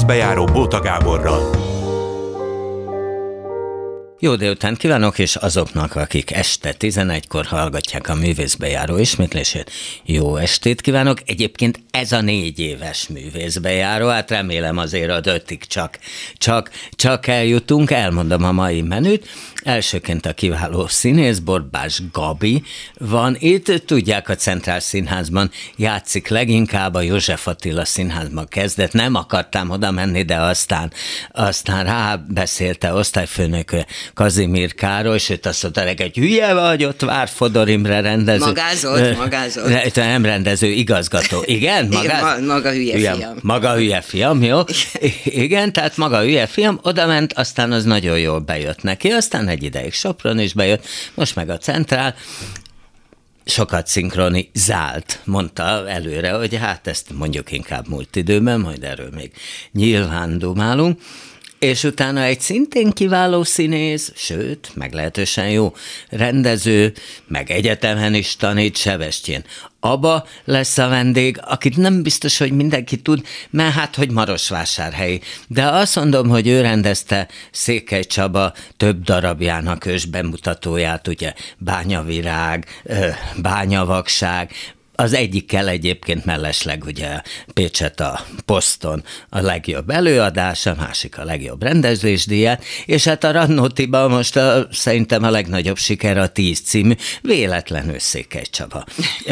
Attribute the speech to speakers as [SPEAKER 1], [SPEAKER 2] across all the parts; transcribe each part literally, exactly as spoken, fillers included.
[SPEAKER 1] Művészbejáró Bóta Gáborral.
[SPEAKER 2] Jó délután kívánok, és azoknak, akik este tizenegykor hallgatják a Művészbejáró ismétlését, jó estét kívánok. Egyébként ez a négy éves Művészbejáró, hát remélem azért az ötig csak, csak, csak eljutunk, elmondom a mai menüt. Elsőként a kiváló színész Borbás Gabi van itt, tudják, a Centrál Színházban játszik leginkább, a József Attila Színházban kezdett, nem akartam oda menni, de aztán, aztán rábeszélte osztályfőnökre, Kazimír Károly, és őt azt mondta, hogy hülye vagy, ott vár Fodor Imre rendező.
[SPEAKER 3] Magázott, magázott.
[SPEAKER 2] Nem rendező, igazgató. Igen? Magáz...
[SPEAKER 3] Ma, maga hülye
[SPEAKER 2] hülye,
[SPEAKER 3] fiam.
[SPEAKER 2] Maga hülye fiam, jó? Igen, tehát maga hülye fiam, oda ment, aztán az nagyon jól bejött neki, aztán egy ideig Sopron is bejött, most meg a Centrál. Sokat szinkronizált, mondta előre, hogy hát ezt mondjuk inkább múlt időben, majd erről még nyilván dumálunk. És utána egy szintén kiváló színész, sőt, meglehetősen jó rendező, meg egyetemen is tanít, Sebestyén Aba lesz a vendég, akit nem biztos, hogy mindenki tud, mert hát, hogy Marosvásárhelyi. De azt mondom, hogy ő rendezte Székely Csaba több darabjának ős bemutatóját, ugye Bányavirág, Bányavakság, az egyikkel egyébként mellesleg ugye Pécset a Poszton a legjobb előadás, a másik a legjobb rendezésdíjat, és hát a Radnótiban most a, szerintem a legnagyobb siker a tíz című, véletlenül Székely Csaba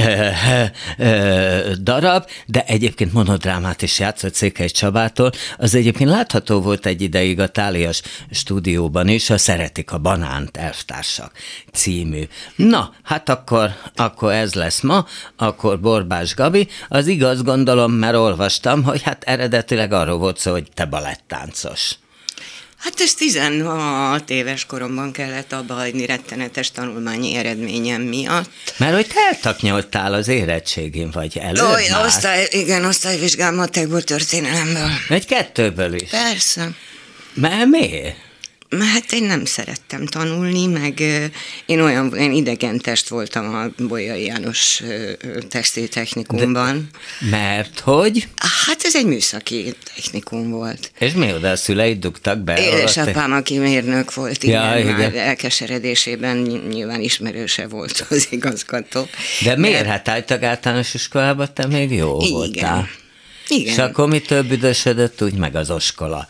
[SPEAKER 2] darab, de egyébként monodrámát is játszott Székely Csabától, az egyébként látható volt egy ideig a Tálias stúdióban is, a Szeretik a banánt elvtársak című. Na, hát akkor, akkor ez lesz ma, akkor Borbás Gabi, az igaz gondolom, mert olvastam, hogy hát eredetileg arról volt szó, hogy te balettáncos.
[SPEAKER 3] Hát ez tizenhat éves koromban kellett abba hagyni rettenetes tanulmányi eredményem miatt.
[SPEAKER 2] Mert hogy te eltaknyoltál az érettségén, vagy előbb
[SPEAKER 3] Ó,
[SPEAKER 2] már?
[SPEAKER 3] Osztály, igen, osztályvizsgál matekból, történelemből.
[SPEAKER 2] Egy kettőből is?
[SPEAKER 3] Persze.
[SPEAKER 2] Mert miért?
[SPEAKER 3] Hát én nem szerettem tanulni, meg én olyan én idegen test voltam a Bolyai János textiltechnikumban.
[SPEAKER 2] De, mert hogy?
[SPEAKER 3] Hát ez egy műszaki technikum volt.
[SPEAKER 2] És mi oda a szüleid dugtak be?
[SPEAKER 3] Édesapám, aki mérnök volt, igen,
[SPEAKER 2] ja, igen.
[SPEAKER 3] Már elkeseredésében nyilván ismerőse volt az igazgató.
[SPEAKER 2] De miért? Hát álltak általános iskolában, te még jó
[SPEAKER 3] igen.
[SPEAKER 2] voltál.
[SPEAKER 3] Igen.
[SPEAKER 2] És akkor mitől büdösödött úgy meg az oskola?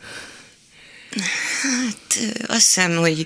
[SPEAKER 3] Hát azt hiszem, hogy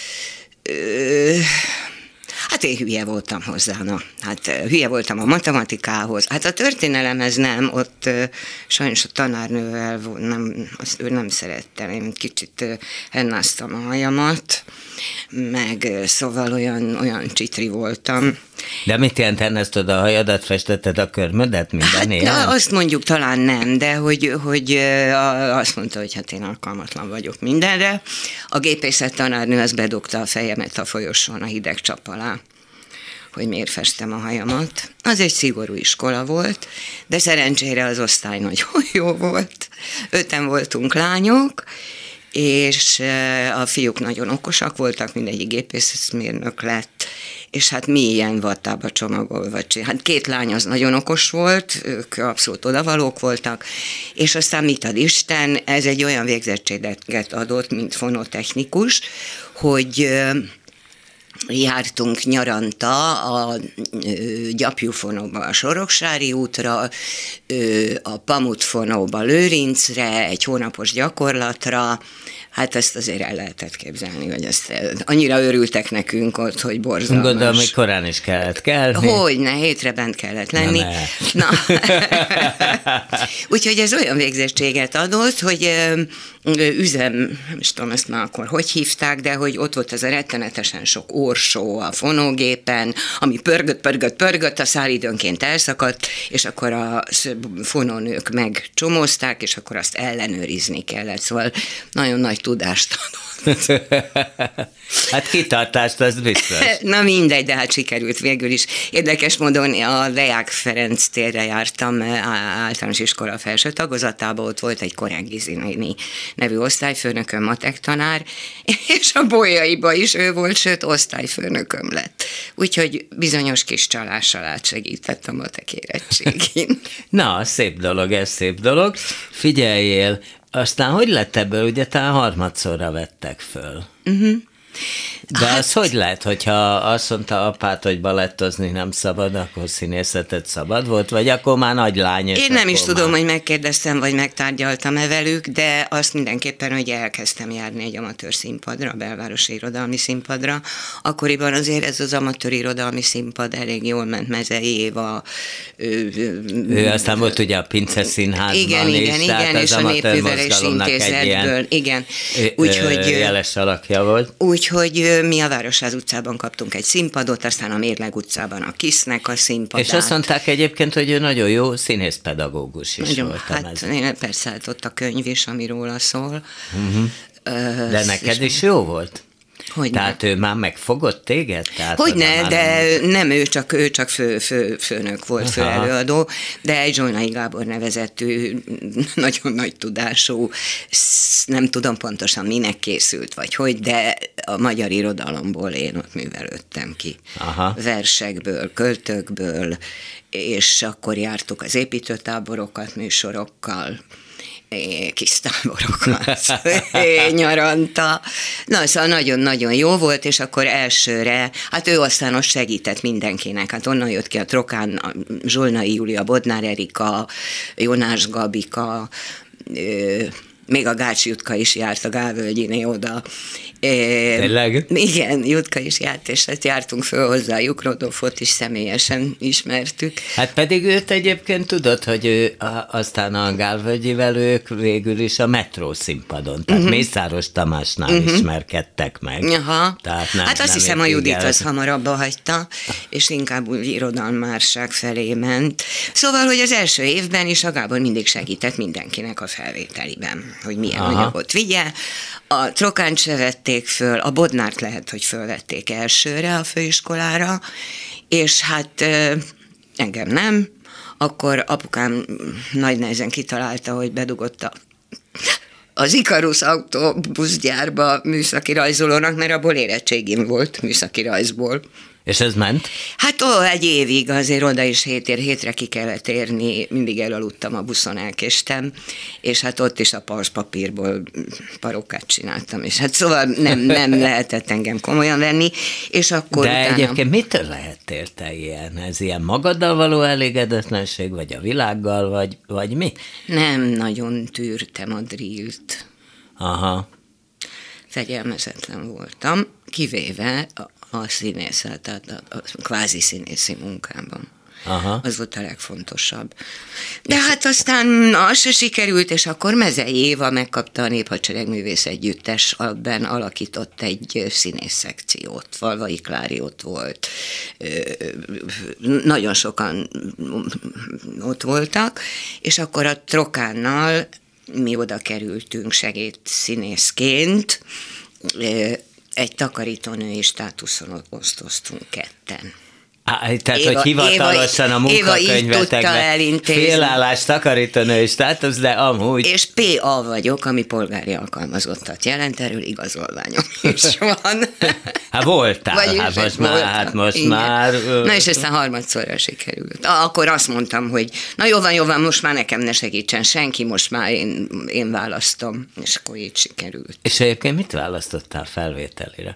[SPEAKER 3] ö, hát én hülye voltam hozzá, na. Hát hülye voltam a matematikához. Hát a történelemhez nem, ott ö, sajnos a tanárnővel nem, azt ő nem szerette, én kicsit ö, hennáztam a hajamat, meg ö, szóval olyan, olyan csitri voltam.
[SPEAKER 2] De mit jelent hennezted a hajadat, festetted a körmödet minden
[SPEAKER 3] hát,
[SPEAKER 2] ilyen?
[SPEAKER 3] Na, azt mondjuk talán nem, de hogy, hogy azt mondta, hogy hát én alkalmatlan vagyok mindenre. A gépészet tanárnő az bedugta a fejemet a folyosón a hideg csap alá, hogy miért festem a hajamat. Az egy szigorú iskola volt, de szerencsére az osztály nagyon jó volt. Öten voltunk lányok, és a fiúk nagyon okosak voltak, mindegyik gépészmérnök lett, és hát mi ilyen vattába csomagolva. Hát két lány az nagyon okos volt, ők abszolút odavalók voltak, és aztán mit ad Isten, ez egy olyan végzettséget adott, mint fonotechnikus, hogy jártunk nyaranta a Gyapjúfonóba a Soroksári útra, a Pamutfonóba Lőrincre, egy hónapos gyakorlatra. Hát ezt azért el lehetett képzelni, hogy ezt annyira örültek nekünk ott, hogy borzalmas.
[SPEAKER 2] Gondolom, hogy korán is kellett kelni.
[SPEAKER 3] Hogyne, hétre bent kellett lenni. Na, Na. Úgyhogy ez olyan végzettséget adott, hogy üzem, nem is tudom ezt már akkor hogy hívták, de hogy ott volt ez a rettenetesen sok orsó a fonógépen, ami pörgött, pörgött, pörgött, a szál időnként elszakadt, és akkor a fonónők megcsomozták, és akkor azt ellenőrizni kellett. Szóval nagyon nagy tudást adott.
[SPEAKER 2] Hát kitartást, az biztos.
[SPEAKER 3] Na mindegy, de hát sikerült végül is. Érdekes módon a Deák Ferenc térre jártam általános iskola felső tagozatába, ott volt egy Korák Gizi nevű osztályfőnökön, matek tanár, és a Bolyaiba is ő volt, sőt osztályfőnököm lett. Úgyhogy bizonyos kis csalással átsegített a matek érettségén.
[SPEAKER 2] Na, szép dolog, ez szép dolog. Figyeljél, aztán hogy lett ebből, ugye talán harmadszorra vettek föl. Uh-huh. De hát, az hogy lehet, hogyha azt mondta apád, hogy balettozni nem szabad, akkor színészetet szabad volt, vagy akkor már nagy lány?
[SPEAKER 3] Én nem is
[SPEAKER 2] már...
[SPEAKER 3] tudom, hogy megkérdeztem, vagy megtárgyaltam-e velük, de azt mindenképpen, hogy elkezdtem járni egy amatőr színpadra, a Belvárosi Irodalmi Színpadra. Akkoriban azért ez az amatőr irodalmi színpad elég jól ment, Mezei Éva. Ő,
[SPEAKER 2] ő aztán volt ugye a Pince Színházban
[SPEAKER 3] igen,
[SPEAKER 2] is,
[SPEAKER 3] igen, igen, és a Népművelési Intézetből. Igen.
[SPEAKER 2] Úgyhogy jeles alakja volt.
[SPEAKER 3] Úgyhogy mi a Városház utcában kaptunk egy színpadot, aztán a Mérleg utcában a Kisznek a színpadát.
[SPEAKER 2] És azt mondták egyébként, hogy ő nagyon jó színészpedagógus is
[SPEAKER 3] nagyon,
[SPEAKER 2] volt.
[SPEAKER 3] Hát én persze, hát ott a könyv is, ami róla szól.
[SPEAKER 2] Uh-huh. Uh, De neked is jó volt?
[SPEAKER 3] Hogyne.
[SPEAKER 2] Tehát ő már megfogott téged? Tehát
[SPEAKER 3] Hogyne, de nem, nem ő, csak ő csak fő, fő, főnök volt, főelőadó, de egy Zsolnai Gábor nevezetű, nagyon nagy tudású, nem tudom pontosan minek készült, vagy hogy, de a magyar irodalomból én ott művelődtem ki. Aha. Versekből, költőkből, és akkor jártuk az építőtáborokat műsorokkal, kis táborokat, nyaranta. Na, szóval nagyon-nagyon jó volt, és akkor elsőre, hát ő aztán ott segített mindenkinek, hát onnan jött ki a Trokán, a Zsolnai Júlia, Bodnár Erika, Jonás Gabika, még a Gács Jutka is járt a Gálvölgyiné oda.
[SPEAKER 2] Tényleg?
[SPEAKER 3] Igen, Jutka is járt, és hát jártunk föl hozzájuk, Rodolfot is személyesen ismertük.
[SPEAKER 2] Hát pedig őt egyébként tudod, hogy ő a, aztán a Gálvölgyivel ők végül is a Metró színpadon, tehát uh-huh. Mészáros Tamásnál uh-huh. ismerkedtek meg.
[SPEAKER 3] Aha.
[SPEAKER 2] Tehát nem,
[SPEAKER 3] hát azt
[SPEAKER 2] nem
[SPEAKER 3] hiszem, a Judit
[SPEAKER 2] el...
[SPEAKER 3] az hamarabb hagyta, és inkább úgy irodalmárság felé ment. Szóval, hogy az első évben is a Gábor mindig segített mindenkinek a felvételiben, hogy milyen Aha. anyagot vigye. A Trokánt se vették föl, a Bodnárt lehet, hogy fölvették elsőre a főiskolára, és hát engem nem. Akkor apukám nagy nehezen kitalálta, hogy bedugott a az Ikarus autóbuszgyárba műszaki rajzolónak, mert abból érettségim volt műszaki rajzból.
[SPEAKER 2] És ez ment?
[SPEAKER 3] Hát ó, egy évig, azért oda is hétér, hétre ki kellett érni, mindig elaludtam a buszon, elkéstem, és hát ott is a papírból parókát csináltam, és hát szóval nem, nem lehetett engem komolyan venni, és akkor
[SPEAKER 2] De
[SPEAKER 3] utána...
[SPEAKER 2] egyébként mitől lehettél te ilyen? Ez ilyen magaddal való elégedetlenség, vagy a világgal, vagy, vagy mi?
[SPEAKER 3] Nem nagyon tűrtem a drillt.
[SPEAKER 2] Aha.
[SPEAKER 3] Fegyelmezetlen voltam, kivéve a a színészet, tehát a, a kvázi színészi munkában. Aha. Az volt a legfontosabb. De és hát aztán az se sikerült, és akkor Mezei Éva megkapta a Néphadsereg Művész Együttes, abban alakított egy színész szekciót, Valvai Klári ott volt, nagyon sokan ott voltak, és akkor a Trokánnal mi oda kerültünk segédszínészként, egy takarítónői státuszon osztoztunk ketten.
[SPEAKER 2] Á, tehát, Éva, hogy hivatalosan Éva, a munkakönyvetekben félállás takarítónői státusz, de amúgy...
[SPEAKER 3] És pé á vagyok, ami polgári alkalmazottat jelent, erről igazolványom is van.
[SPEAKER 2] Hát voltál, Vagyis hát most már, voltam. hát most Igen. már...
[SPEAKER 3] Na és aztán harmadszorra sikerült. Akkor azt mondtam, hogy na jó van, jó van, most már nekem ne segítsen senki, most már én, én választom, és akkor így sikerült.
[SPEAKER 2] És egyébként mit választottál felvételire?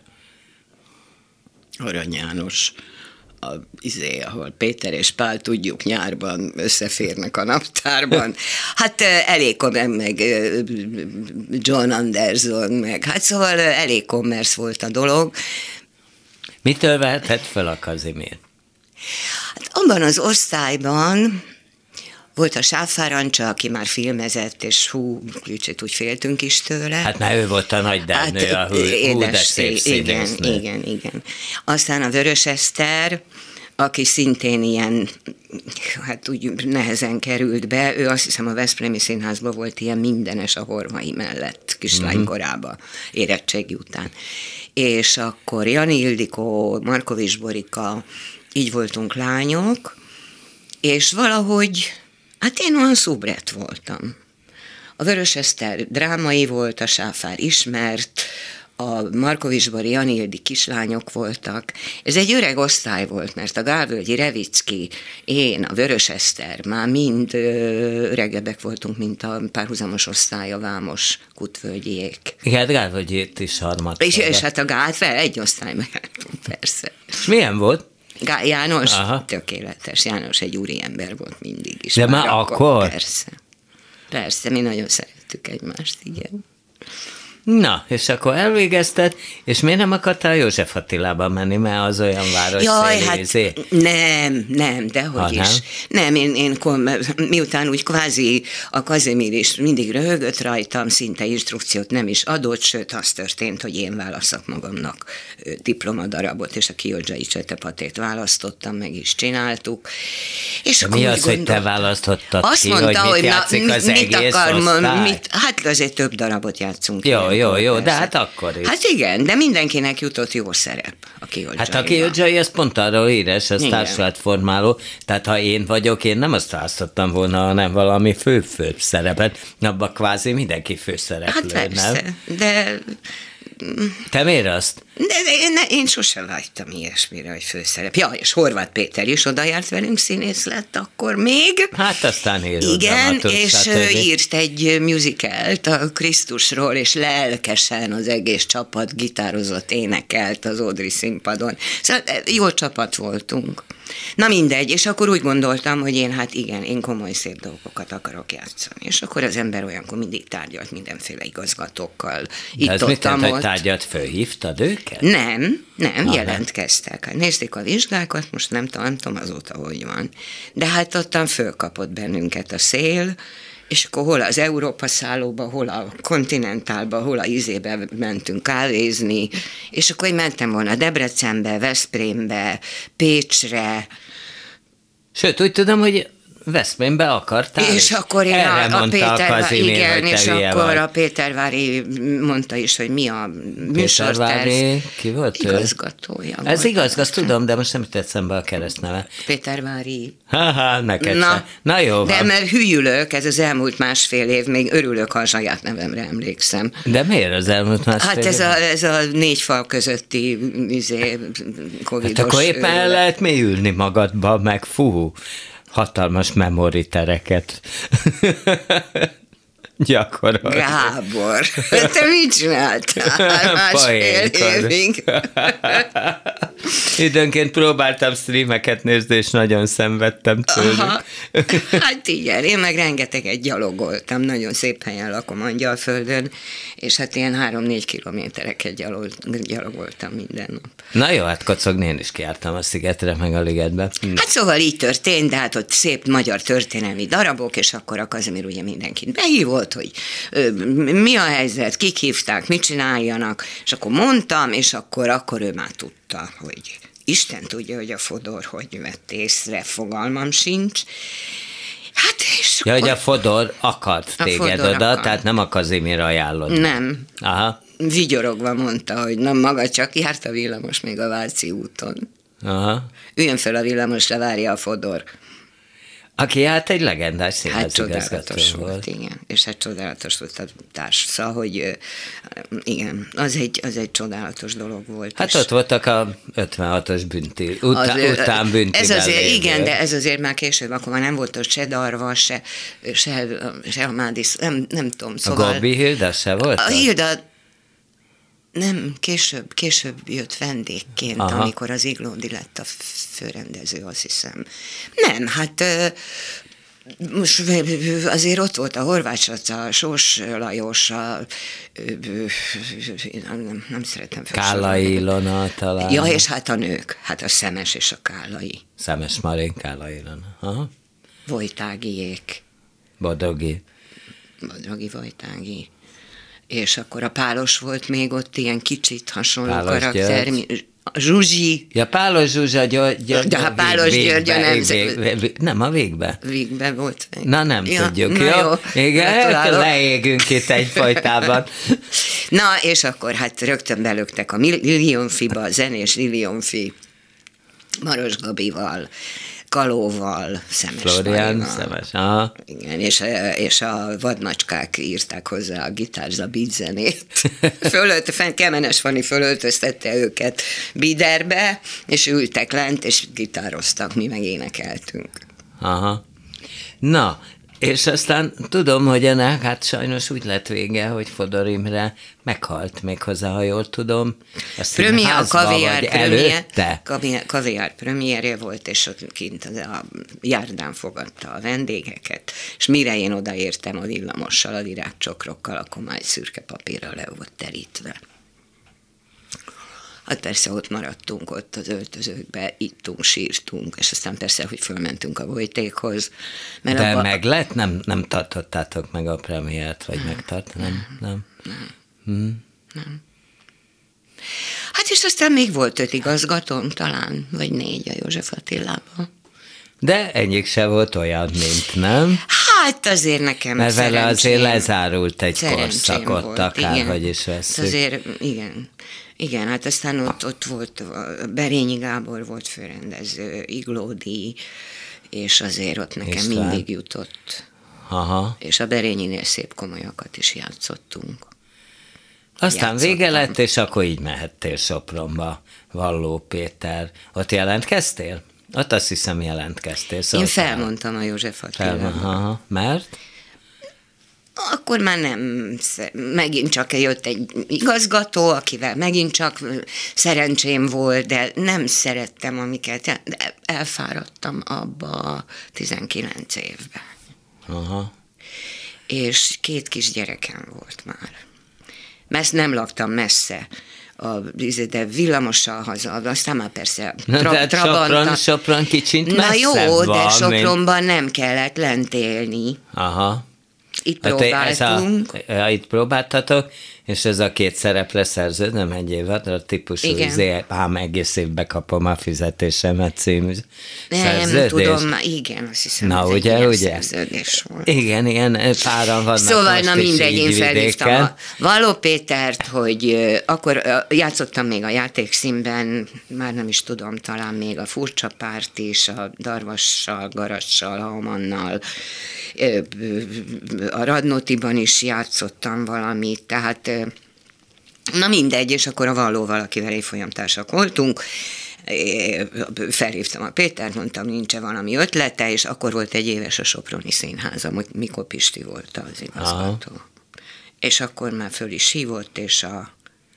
[SPEAKER 3] Arany János. A, izé, ahol Péter és Pál tudjuk nyárban összeférnek a naptárban. Hát elég meg John Anderson, meg hát szóval elég kommersz volt a dolog.
[SPEAKER 2] Mitől vehetett fel a Kazimír?
[SPEAKER 3] Hát abban az osztályban volt a Sáfárancsa, aki már filmezett, és hú, kicsit úgy féltünk is tőle.
[SPEAKER 2] Hát már ő volt a nagy dánő, hát, a hú, édes, hú, de szép
[SPEAKER 3] igen,
[SPEAKER 2] színésznő.
[SPEAKER 3] igen, igen. Aztán a Vörös Eszter, aki szintén ilyen, hát úgy nehezen került be, ő azt hiszem a Veszprémi Színházban volt ilyen mindenes a Hormai mellett, kislánykorában, érettségi után. És akkor Jani Ildikó, Markovics Borika, így voltunk lányok, és valahogy, hát én olyan szubret voltam. A Vörös Eszter drámai volt, a Sáfár ismert, a Markovics-bari Janildi kislányok voltak. Ez egy öreg osztály volt, mert a Gálvölgyi Revicki, én, a Vörös Eszter, már mind öregebbek voltunk, mint a párhuzamos osztály, a Vámos Kutvölgyiék.
[SPEAKER 2] Igen, Gálvölgyét is harmadszor.
[SPEAKER 3] És, és hát a Gál fel egy osztályban jártunk, persze.
[SPEAKER 2] És milyen volt?
[SPEAKER 3] Gá- János,
[SPEAKER 2] Aha.
[SPEAKER 3] Tökéletes. János egy úriember volt mindig is.
[SPEAKER 2] De már akkor? akkor?
[SPEAKER 3] Persze. Persze, mi nagyon szerettük egymást, igen.
[SPEAKER 2] Na, és akkor elvégezted, és miért nem akartál József Attilában menni, mert az olyan város
[SPEAKER 3] Jaj,
[SPEAKER 2] szélézé?
[SPEAKER 3] hát nem, nem, dehogy
[SPEAKER 2] ha,
[SPEAKER 3] is.
[SPEAKER 2] Nem,
[SPEAKER 3] nem én, én miután úgy kvázi a Kazimír is mindig röhögött rajtam, szinte instrukciót nem is adott, sőt, az történt, hogy én válaszok magamnak diplomadarabot, és a Kiodzsai Csetepatét választottam, meg is csináltuk. És
[SPEAKER 2] de
[SPEAKER 3] akkor
[SPEAKER 2] mi az,
[SPEAKER 3] gondolt,
[SPEAKER 2] hogy te választottad
[SPEAKER 3] azt
[SPEAKER 2] ki,
[SPEAKER 3] mondta,
[SPEAKER 2] hogy mit
[SPEAKER 3] hogy
[SPEAKER 2] játszik
[SPEAKER 3] na,
[SPEAKER 2] az
[SPEAKER 3] mit
[SPEAKER 2] egész
[SPEAKER 3] akar,
[SPEAKER 2] osztály?
[SPEAKER 3] mit, hát azért több darabot játszunk.
[SPEAKER 2] Jó, jó, jó, de
[SPEAKER 3] persze.
[SPEAKER 2] hát akkor is.
[SPEAKER 3] Hát igen, de mindenkinek jutott jó szerep a Kiodzsaiban.
[SPEAKER 2] Hát a Kiodzsai, ez pont arra híres, ez
[SPEAKER 3] Igen.
[SPEAKER 2] társulatformáló, tehát ha én vagyok, én nem azt választottam volna, hanem valami fő-fő szerepet, abban kvázi mindenki főszereplő,
[SPEAKER 3] Hát persze,
[SPEAKER 2] nem?
[SPEAKER 3] de...
[SPEAKER 2] Te miért azt?
[SPEAKER 3] De, de én, én sosem vágytam ilyesmire, hogy főszerep. Ja, és Horváth Péter is oda járt velünk, színész lett akkor még.
[SPEAKER 2] Hát aztán író,
[SPEAKER 3] Igen,
[SPEAKER 2] dramaturg,
[SPEAKER 3] és
[SPEAKER 2] stb.
[SPEAKER 3] írt egy musicalt a Krisztusról, és lelkesen az egész csapat gitározott, énekelt az Ódri színpadon. Szóval jó csapat voltunk. Na mindegy, és akkor úgy gondoltam, hogy én hát igen, én komoly szép dolgokat akarok játszani. És akkor az ember olyankor mindig tárgyalt mindenféle igazgatókkal.
[SPEAKER 2] De ez
[SPEAKER 3] Itt
[SPEAKER 2] mit
[SPEAKER 3] ott,
[SPEAKER 2] jelent, hogy tárgyat fölhívtad őket?
[SPEAKER 3] Nem, nem,
[SPEAKER 2] Aha.
[SPEAKER 3] jelentkeztek. Hát nézték a vizsgákat, most nem tudom, nem tudom azóta, hogy van. De hát ottan fölkapott bennünket a szél, és akkor hol az Európa szállóba, hol a Kontinentálba, hol a Izébe mentünk kávézni, és akkor én mentem volna Debrecenbe, Veszprémbe, Pécsre.
[SPEAKER 2] Sőt, úgy tudom, hogy Veszprémbe akartál.
[SPEAKER 3] És akkor én a, a Pétervári, igen, és akkor
[SPEAKER 2] vagy.
[SPEAKER 3] a Pétervári mondta is, hogy mi a műsorterv.
[SPEAKER 2] Pétervári, ki volt
[SPEAKER 3] igazgatója
[SPEAKER 2] ő? Ez
[SPEAKER 3] volt.
[SPEAKER 2] igaz, azt tudom, de most nem tett szembe a keresztneve.
[SPEAKER 3] Pétervári.
[SPEAKER 2] Ha-ha, neked
[SPEAKER 3] Na,
[SPEAKER 2] se. Na jó
[SPEAKER 3] de
[SPEAKER 2] van.
[SPEAKER 3] mert hülyülök, ez az elmúlt másfél év, még örülök, ha a saját nevemre emlékszem.
[SPEAKER 2] De miért az elmúlt másfél
[SPEAKER 3] Hát ez
[SPEAKER 2] év?
[SPEAKER 3] a, ez a négy fal közötti izé, covidos...
[SPEAKER 2] Hát akkor éppen el lehet mélyülni magadba, meg fú, hatalmas memoritereket gyakorol.
[SPEAKER 3] Gábor, te mit csináltál másfél évig?
[SPEAKER 2] Időnként próbáltam streameket nézni, és nagyon szenvedtem tőlük.
[SPEAKER 3] Aha. Hát igen, én meg rengeteget gyalogoltam, nagyon szép helyen lakom Angyalföldön, és hát ilyen három-négy kilométereket gyalog, gyalogoltam minden nap.
[SPEAKER 2] Na jó, hát kocogni én is kijártam a szigetre, meg a ligetbe.
[SPEAKER 3] Hát szóval így történt, de hát ott szép magyar történelmi darabok, és akkor a Kazimír ugye mindenkit behívott, hogy ö, mi a helyzet, kik hívták, mit csináljanak, és akkor mondtam, és akkor, akkor ő már tudta, hogy Isten tudja, hogy a Fodor hogy vett észre, fogalmam sincs. Hát és
[SPEAKER 2] Ja,
[SPEAKER 3] akkor...
[SPEAKER 2] hogy a Fodor akart
[SPEAKER 3] A
[SPEAKER 2] téged
[SPEAKER 3] Fodor
[SPEAKER 2] oda,
[SPEAKER 3] akart.
[SPEAKER 2] tehát nem a Kazimír ajánlott.
[SPEAKER 3] Nem.
[SPEAKER 2] Aha,
[SPEAKER 3] Vigyorogva mondta, hogy na maga csak járt a villamos még a Váci úton.
[SPEAKER 2] aha.
[SPEAKER 3] Üljön fel a villamosra, várja a Fodor.
[SPEAKER 2] Aki hát egy legendás
[SPEAKER 3] Hát
[SPEAKER 2] színházigazgató
[SPEAKER 3] csodálatos
[SPEAKER 2] volt.
[SPEAKER 3] volt, igen. És hát csodálatos volt a társ. Szóval, hogy ö, igen, az egy, az egy csodálatos dolog volt.
[SPEAKER 2] Hát
[SPEAKER 3] és
[SPEAKER 2] ott voltak a ötvenhatos bünti, utá,
[SPEAKER 3] az, ö,
[SPEAKER 2] után bünti
[SPEAKER 3] ez azért,
[SPEAKER 2] belévő.
[SPEAKER 3] igen, de ez azért már később, akkor már nem volt ott se Darva, se, se, se a Mádis, nem, nem tudom.
[SPEAKER 2] A
[SPEAKER 3] Szóval
[SPEAKER 2] Gobbi Hilda se volt?
[SPEAKER 3] a
[SPEAKER 2] ott?
[SPEAKER 3] Hilda nem, később, később jött vendégként,
[SPEAKER 2] Aha.
[SPEAKER 3] amikor az Iglódi lett a főrendező, azt hiszem. Nem, hát ö, most azért ott volt a Horváth Csata, a Sós Lajos, a, nem, nem szeretem felsorolni.
[SPEAKER 2] Kálai Ilona talán.
[SPEAKER 3] Ja, és hát a nők, hát a Szemes és a Kálai.
[SPEAKER 2] Szemes Marin, Kálai Ilona. Aha.
[SPEAKER 3] Vojtágiék,
[SPEAKER 2] Bodogi.
[SPEAKER 3] Badragi Vojtági. És akkor a Pálos volt még ott ilyen kicsit hasonló
[SPEAKER 2] Pálos
[SPEAKER 3] karakter.
[SPEAKER 2] György.
[SPEAKER 3] A Zsuzsi.
[SPEAKER 2] Ja, Pálos Zsuzsa György. György
[SPEAKER 3] De hát Pálos
[SPEAKER 2] vég-
[SPEAKER 3] György a
[SPEAKER 2] végbe,
[SPEAKER 3] nemzet-
[SPEAKER 2] vég- vég- Nem, a végbe.
[SPEAKER 3] Végbe volt.
[SPEAKER 2] Na nem
[SPEAKER 3] Ja,
[SPEAKER 2] tudjuk,
[SPEAKER 3] na
[SPEAKER 2] jó?
[SPEAKER 3] jó.
[SPEAKER 2] Igen,
[SPEAKER 3] Gratulálok.
[SPEAKER 2] leégünk itt egyfajtában.
[SPEAKER 3] Na, és akkor hát rögtön belöktek a Lilionfiba, a zenés Lilionfi, Maros Gabival, Kalóval, Szemes
[SPEAKER 2] Florián,
[SPEAKER 3] Marival.
[SPEAKER 2] Szemes, aha.
[SPEAKER 3] Igen, és, és a vadmacskák írták hozzá a gitárza beat zenét. Fölölt, fent Kemenes Fanni fölöltöztette őket biderbe, és ültek lent, és gitároztak, mi meg énekeltünk.
[SPEAKER 2] Aha. Na, és aztán tudom, hogy ennek hát sajnos úgy lett vége, hogy Fodor Imre meghalt méghozzá, ha jól tudom. A
[SPEAKER 3] Premier, a kaviár premier,
[SPEAKER 2] előtte.
[SPEAKER 3] kaviár premierje volt, és ott kint a járdán fogadta a vendégeket, és mire én odaértem a villamossal, a virágcsokrokkal, akkor már egy szürke papírra le volt terítve. Hát persze ott maradtunk ott az öltözőkbe, ittunk, sírtunk, és aztán persze, hogy fölmentünk a Vojtékhoz. Mert
[SPEAKER 2] De
[SPEAKER 3] abba...
[SPEAKER 2] meg lett? Nem, nem tartottátok meg a premiért, vagy megtart? Nem, nem.
[SPEAKER 3] Nem.
[SPEAKER 2] Hmm.
[SPEAKER 3] nem. Hát és aztán még volt öt igazgatóm talán, vagy négy a József Attilában.
[SPEAKER 2] De egyik se volt olyan, mint nem?
[SPEAKER 3] Hát azért nekem
[SPEAKER 2] Mert vele azért lezárult egy
[SPEAKER 3] szerencsém
[SPEAKER 2] korszakot,
[SPEAKER 3] volt,
[SPEAKER 2] akárhogy is
[SPEAKER 3] hát
[SPEAKER 2] vesszük.
[SPEAKER 3] azért, igen. Igen, hát aztán ott, ott volt, Berényi Gábor volt főrendező, Iglódi, és azért ott nekem
[SPEAKER 2] István.
[SPEAKER 3] mindig jutott.
[SPEAKER 2] Aha.
[SPEAKER 3] És a Berényinél szép komolyakat is játszottunk.
[SPEAKER 2] Aztán
[SPEAKER 3] Játszottam.
[SPEAKER 2] vége lett, és akkor így mehettél Sopronba, Valló Péter. Ott jelentkeztél? Ott azt hiszem jelentkeztél.
[SPEAKER 3] Én
[SPEAKER 2] Szóval
[SPEAKER 3] felmondtam a József Attilába.
[SPEAKER 2] Mert?
[SPEAKER 3] Akkor már nem, megint csak jött egy igazgató, akivel megint csak szerencsém volt, de nem szerettem, amiket, de elfáradtam abba a tizenkilenc évben.
[SPEAKER 2] Aha.
[SPEAKER 3] És két kis gyerekem volt már. Messz nem laktam messze, a, de villamossal haza, aztán már persze
[SPEAKER 2] Na,
[SPEAKER 3] tra,
[SPEAKER 2] de Sopron, Sopron kicsit
[SPEAKER 3] Na jó,
[SPEAKER 2] van,
[SPEAKER 3] de Sopronban
[SPEAKER 2] mint...
[SPEAKER 3] nem kellett lent élni.
[SPEAKER 2] Aha.
[SPEAKER 3] Itt
[SPEAKER 2] Hát
[SPEAKER 3] próbáltunk.
[SPEAKER 2] Ez a, itt próbáltatok, és ez a két szereplő szerződ, nem egy évad, a típusú, zé, ám egész évbe kapom a fizetésemet című
[SPEAKER 3] Nem,
[SPEAKER 2] szerződés.
[SPEAKER 3] tudom, már igen, azt hiszem,
[SPEAKER 2] na,
[SPEAKER 3] ez
[SPEAKER 2] ugye,
[SPEAKER 3] egy
[SPEAKER 2] ugye?
[SPEAKER 3] szerződés volt.
[SPEAKER 2] Igen, ilyen páran vannak
[SPEAKER 3] Szóval,
[SPEAKER 2] most
[SPEAKER 3] na
[SPEAKER 2] is
[SPEAKER 3] mindegy, én
[SPEAKER 2] így
[SPEAKER 3] felhívtam
[SPEAKER 2] vidéken.
[SPEAKER 3] a Valló Pétert, hogy uh, akkor uh, játszottam még a játékszínben, már nem is tudom, talán még a Furcsa Párt is, a Darvassal, Garassal, Haumannal, uh, a Radnótiban is játszottam valamit, tehát uh, na mindegy, és akkor a Vallóval, akivel évfolyamtársak voltunk, felhívtam a Pétert, mondtam, nincs-e valami ötlete, és akkor volt egy éves a Soproni Színház, Mikó Pisti volt az igazgató. Aha. És akkor már föl is hívott, és a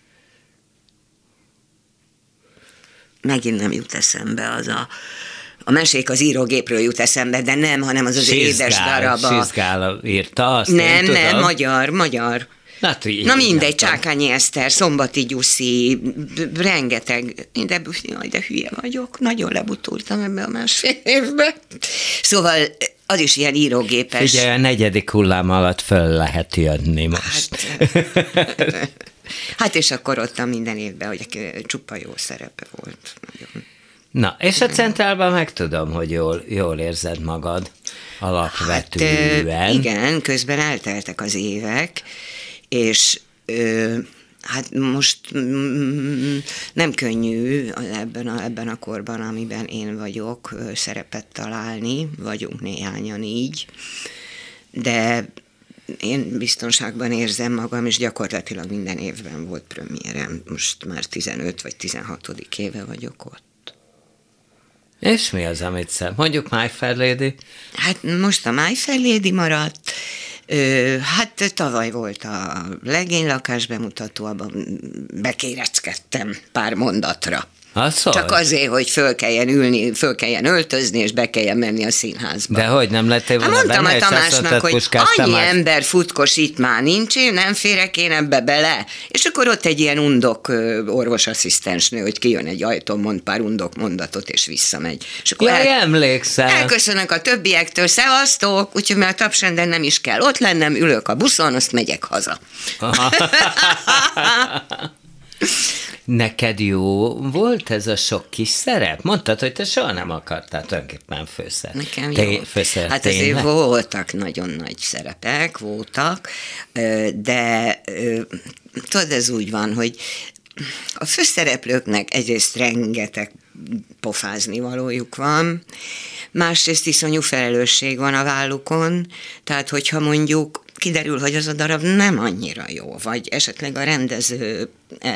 [SPEAKER 3] megint nem jut eszembe az a a mesék az írógépről jut eszembe, de nem, hanem az az
[SPEAKER 2] Sizgál,
[SPEAKER 3] édes darab.
[SPEAKER 2] Sizgál írta azt,
[SPEAKER 3] Nem, nem,
[SPEAKER 2] tudom.
[SPEAKER 3] magyar, magyar.
[SPEAKER 2] Na,
[SPEAKER 3] Na mindegy, Csákányi Eszter, Szombati Gyuszi, rengeteg, de, jaj, de hülye vagyok, nagyon lebutultam ebbe a másfél évbe. Szóval az is ilyen írógépes.
[SPEAKER 2] Ugye a negyedik hullám alatt föl lehet jönni most.
[SPEAKER 3] Hát, hát és akkor ott a minden évben, hogy csupa jó szerepe volt. Nagyon.
[SPEAKER 2] Na, és a Centrálban meg tudom, hogy jól, jól érzed magad alapvetően.
[SPEAKER 3] Hát, igen, közben elteltek az évek, és ö, hát most mm, nem könnyű ebben a, ebben a korban, amiben én vagyok, szerepet találni, vagyunk néhányan így, de én biztonságban érzem magam, és gyakorlatilag minden évben volt premierem, most már tizenöt vagy tizenhatodik éve vagyok ott.
[SPEAKER 2] És mi az, amit szem? Mondjuk My Fair Lady?
[SPEAKER 3] Hát most a My Fair Lady maradt. Ö, hát tavaly volt a legénylakás bemutató, abban bekéreckedtem pár mondatra.
[SPEAKER 2] Asszor?
[SPEAKER 3] Csak azért, hogy föl kelljen ülni, föl kelljen öltözni, és be kelljen menni a színházba.
[SPEAKER 2] De hogy nem lettél volna
[SPEAKER 3] hát mondtam
[SPEAKER 2] benne,
[SPEAKER 3] a Tamásnak, hogy
[SPEAKER 2] Puskás
[SPEAKER 3] annyi
[SPEAKER 2] Tamás...
[SPEAKER 3] ember futkos itt már nincs, én nem férek én ebbe bele. És akkor ott egy ilyen undok orvosasszisztensnő, hogy kijön egy ajtón, mond pár undok mondatot, és visszamegy. És akkor
[SPEAKER 2] Jaj,
[SPEAKER 3] el...
[SPEAKER 2] emlékszem.
[SPEAKER 3] elköszönök a többiektől, szevasztok, úgyhogy már a Tapsrenden nem is kell ott lennem, ülök a buszon, azt megyek haza.
[SPEAKER 2] Neked jó volt ez a sok kis szerep? Mondtad, hogy te soha nem akartál tulajdonképpen főszerep.
[SPEAKER 3] Nekem
[SPEAKER 2] te
[SPEAKER 3] jó.
[SPEAKER 2] Főszerep,
[SPEAKER 3] hát
[SPEAKER 2] tényleg?
[SPEAKER 3] azért voltak nagyon nagy szerepek, voltak, de tudod, ez úgy van, hogy a főszereplőknek egyrészt rengeteg pofázni valójuk van. Másrészt iszonyú felelősség van a vállukon, tehát hogyha mondjuk kiderül, hogy az a darab nem annyira jó, vagy esetleg a rendező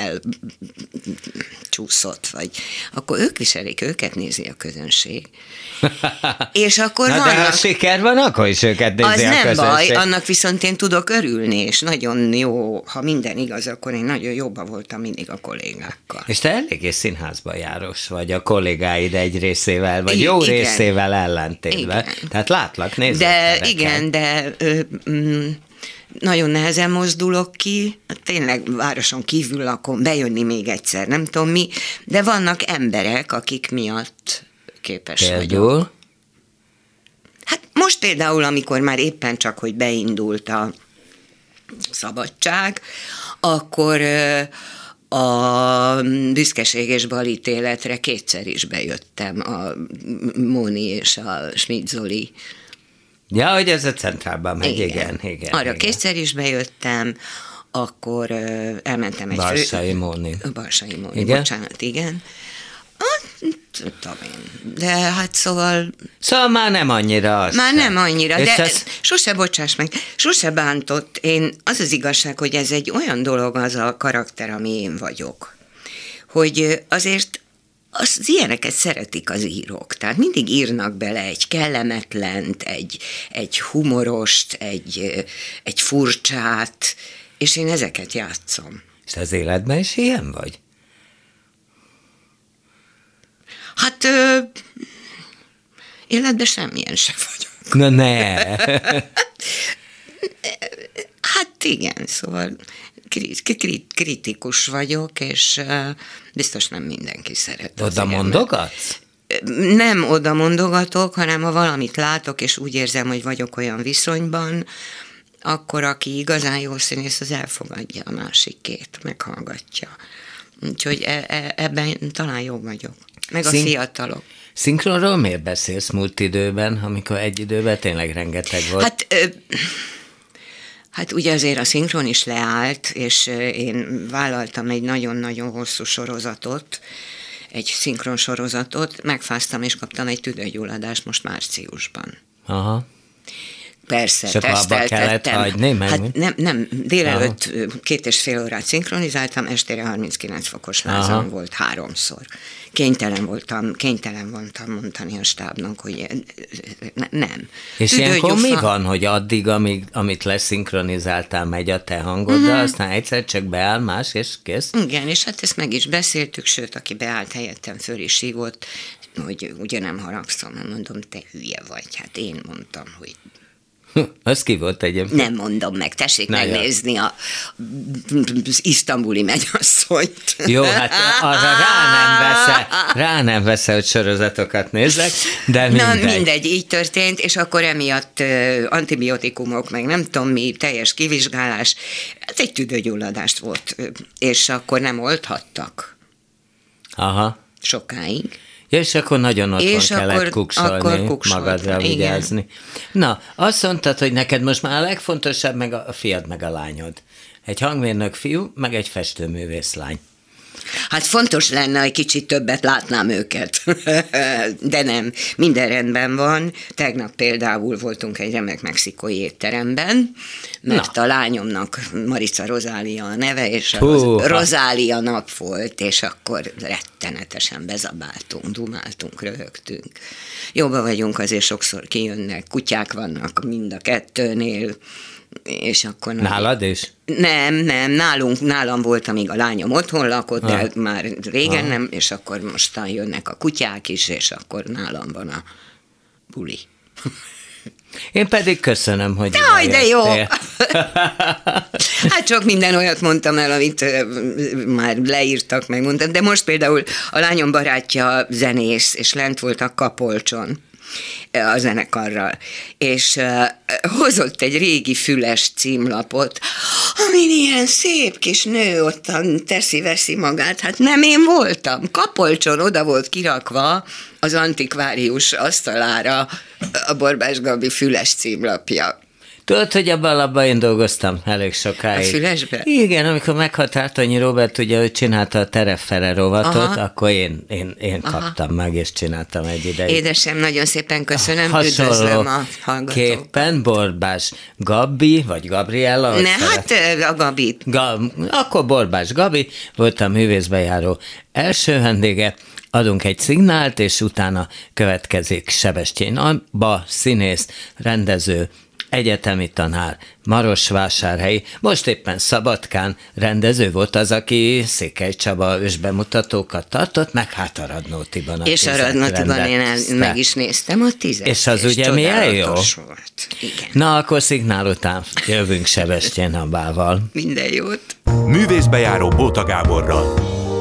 [SPEAKER 3] elcsúszott, vagy akkor ők viselik, őket nézi a közönség. És akkor
[SPEAKER 2] Na
[SPEAKER 3] vannak...
[SPEAKER 2] de ha siker van, akkor is őket nézi
[SPEAKER 3] az
[SPEAKER 2] a
[SPEAKER 3] nem
[SPEAKER 2] közönség.
[SPEAKER 3] baj, annak viszont én tudok örülni, és nagyon jó, ha minden igaz, akkor én nagyon jobban voltam mindig a kollégákkal.
[SPEAKER 2] És te eléggé színházba járos vagy a kollégáid egy részével, vagy
[SPEAKER 3] I-
[SPEAKER 2] jó
[SPEAKER 3] igen.
[SPEAKER 2] részével ellentétben.
[SPEAKER 3] Igen.
[SPEAKER 2] Tehát látlak, nézzük.
[SPEAKER 3] De igen, de ö, mm, nagyon nehezen mozdulok ki, tényleg városon kívül lakom, bejönni még egyszer, nem tudom mi, de vannak emberek, akik miatt képes vagyok.
[SPEAKER 2] Például?
[SPEAKER 3] Hát most például, amikor már éppen csak, hogy beindult a szabadság, akkor ö, a büszkeség és balítéletre kétszer is bejöttem, a Móni és a Schmidt Zoli.
[SPEAKER 2] Ja, hogy ez a centrálban megy, igen, igen. igen
[SPEAKER 3] Arra
[SPEAKER 2] igen.
[SPEAKER 3] kétszer is bejöttem, akkor ö, elmentem egy
[SPEAKER 2] Barsai Móni.
[SPEAKER 3] Barsai Móni,
[SPEAKER 2] Igen?
[SPEAKER 3] bocsánat, igen. Ah, tudom én. De hát szóval...
[SPEAKER 2] Szóval már nem annyira az.
[SPEAKER 3] Már nem annyira,
[SPEAKER 2] És
[SPEAKER 3] de
[SPEAKER 2] ez...
[SPEAKER 3] sose, bocsáss meg, sose bántott. Én, az az igazság, hogy ez egy olyan dolog, az a karakter, ami én vagyok, hogy azért az, az ilyeneket szeretik az írók. Tehát mindig írnak bele egy kellemetlent, egy, egy humorost, egy, egy furcsát, és én ezeket játszom.
[SPEAKER 2] És te az életben is ilyen vagy?
[SPEAKER 3] Hát ö, életben semmilyen sem vagyok.
[SPEAKER 2] Na ne!
[SPEAKER 3] Hát igen, szóval kritikus vagyok, és biztos nem mindenki szeret.
[SPEAKER 2] Oda mondogatsz?
[SPEAKER 3] Nem oda mondogatok, hanem ha valamit látok, és úgy érzem, hogy vagyok olyan viszonyban, akkor aki igazán jó színész, az elfogadja a másikét, meghallgatja. Úgyhogy e- e- ebben talán jó vagyok. Meg a
[SPEAKER 2] Szín...
[SPEAKER 3] fiatalok.
[SPEAKER 2] Szinkronról miért beszélsz múlt időben, amikor egy időben tényleg rengeteg volt?
[SPEAKER 3] Hát... Ö, Hát ugye azért a szinkron is leállt, és én vállaltam egy nagyon-nagyon hosszú sorozatot, egy szinkron sorozatot, megfáztam és kaptam egy tüdőgyulladást most márciusban.
[SPEAKER 2] Aha.
[SPEAKER 3] Persze,
[SPEAKER 2] és akkor abba kellett hagyni? Meg
[SPEAKER 3] hát
[SPEAKER 2] mi?
[SPEAKER 3] nem, nem, délelőtt Aha. két és fél órát szinkronizáltam, estére harminckilenc fokos lázam volt háromszor. Kénytelen voltam, kénytelen voltam mondani a stábnak, hogy ne, nem.
[SPEAKER 2] És ilyenkor mi van, hogy addig, amíg, amit leszinkronizáltál, megy a te hangod, uh-huh. de aztán egyszer csak beáll más, és kész?
[SPEAKER 3] Igen, és hát ezt meg is beszéltük, sőt, aki beállt helyettem, föl is hívott, hogy ugye nem haragszom, mondom, te hülye vagy, hát én mondtam, hogy
[SPEAKER 2] az ki volt egyébként?
[SPEAKER 3] Nem mondom meg, tessék Na megnézni a, az isztambuli mennyasszonyt.
[SPEAKER 2] Jó, hát arra rá nem veszel, rá nem veszel, hogy sorozatokat nézzek, de mindegy.
[SPEAKER 3] Na mindegy, így történt, és akkor emiatt uh, antibiotikumok, meg nem tudom mi, teljes kivizsgálás, hát egy tüdőgyulladást volt, és akkor nem oldhattak.
[SPEAKER 2] Aha.
[SPEAKER 3] Sokáig.
[SPEAKER 2] Ja, és akkor nagyon otthon
[SPEAKER 3] és
[SPEAKER 2] kellett
[SPEAKER 3] akkor,
[SPEAKER 2] kuksolni,
[SPEAKER 3] akkor kuksoltam,
[SPEAKER 2] magadra vigyázni. Na, azt mondtad, hogy neked most már a legfontosabb meg a fiad, meg a lányod. Egy hangmérnök fiú, meg egy festőművész lány.
[SPEAKER 3] Hát fontos lenne, hogy kicsit többet látnám őket, de nem, minden rendben van. Tegnap például voltunk egy remek mexikói étteremben, mert Na. a lányomnak Marica Rozália a neve, és a Rozália nap volt, és akkor rettenetesen bezabáltunk, dumáltunk, röhögtünk. Jobban vagyunk, azért sokszor kijönnek, kutyák vannak mind a kettőnél, és akkor...
[SPEAKER 2] Nálad is?
[SPEAKER 3] Nem, nem, nálunk, nálam volt, amíg a lányom otthon lakott, de ah. már régen ah. nem, és akkor mostan jönnek a kutyák is, és akkor nálam van a buli.
[SPEAKER 2] Én pedig köszönöm, hogy
[SPEAKER 3] Jaj, de jó! Hát sok minden olyat mondtam el, amit már leírtak, megmondtam, de most például a lányom barátja zenész, és lent volt a Kapolcson a zenekarral, és uh, hozott egy régi füles címlapot, amin ilyen szép kis nő ottan teszi-veszi magát, hát nem én voltam. Kapolcson oda volt kirakva az antikvárius asztalára a Borbás Gabi füles címlapja.
[SPEAKER 2] Tudod, hogy abban a labban én dolgoztam elég sokáig.
[SPEAKER 3] A Fülesben?
[SPEAKER 2] Igen, amikor meghalt Ártonyi Robert, ugye ő csinálta a Terepfele rovatot, aha, akkor én, én, én kaptam meg, és csináltam egy ideig.
[SPEAKER 3] Édesem, nagyon szépen köszönöm,
[SPEAKER 2] hasonló
[SPEAKER 3] üdvözlöm a hallgatókat.
[SPEAKER 2] Képpen Borbás Gabi, vagy Gabriella?
[SPEAKER 3] Ne, hát a Gabi.
[SPEAKER 2] Ga, akkor Borbás Gabi volt a művészbejáró első vendége. Adunk egy szignált, és utána következik Sebestyén Abba, színész, rendező, egyetemi tanár, Marosvásárhelyi, most éppen Szabadkán rendező volt az, aki Székely Csaba ősbemutatókat tartott, meg hát a Radnótiban. A
[SPEAKER 3] és a Radnótiban én el, meg is néztem a tízet.
[SPEAKER 2] És az és ugye milyen jó?
[SPEAKER 3] Volt. Igen.
[SPEAKER 2] Na, akkor szignál után jövünk Sebestyén Abbával.
[SPEAKER 3] Minden jót.
[SPEAKER 1] Művészbejáró Bóta Gáborral.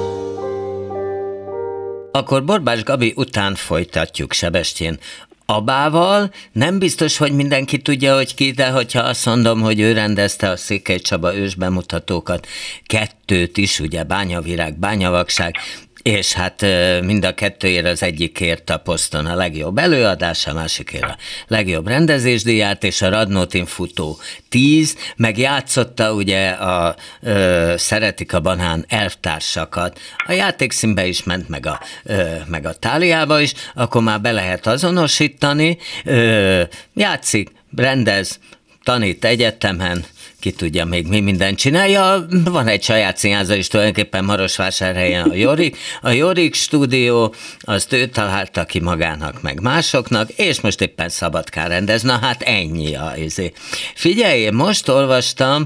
[SPEAKER 2] Akkor Borbás Gabi után folytatjuk Sebestyén Abbával. Nem biztos, hogy mindenki tudja, hogy ki, de hogyha azt mondom, hogy ő rendezte a Székely Csaba ősbemutatókat, kettőt is, ugye Bányavirág, Bányavakság, és hát mind a kettőért az egyikért a Poszton a legjobb előadás, a másikért a legjobb rendezésdíját, és a Radnótin futó tíz, meg játszotta ugye a ö, Szeretik a banán elvtársakat. A játékszínbe is ment, meg a, ö, meg a Táliába is, akkor már be lehet azonosítani. Ö, játszik, rendez, tanít egyetemen, ki tudja még mi mindent csinálja. Van egy saját színháza is tulajdonképpen Marosvásárhelyen, a Jorik. A Jorik stúdió, azt ő találta ki magának, meg másoknak, és most éppen Szabadkán rendez. Na hát ennyi a izé. Figyelj, én most olvastam,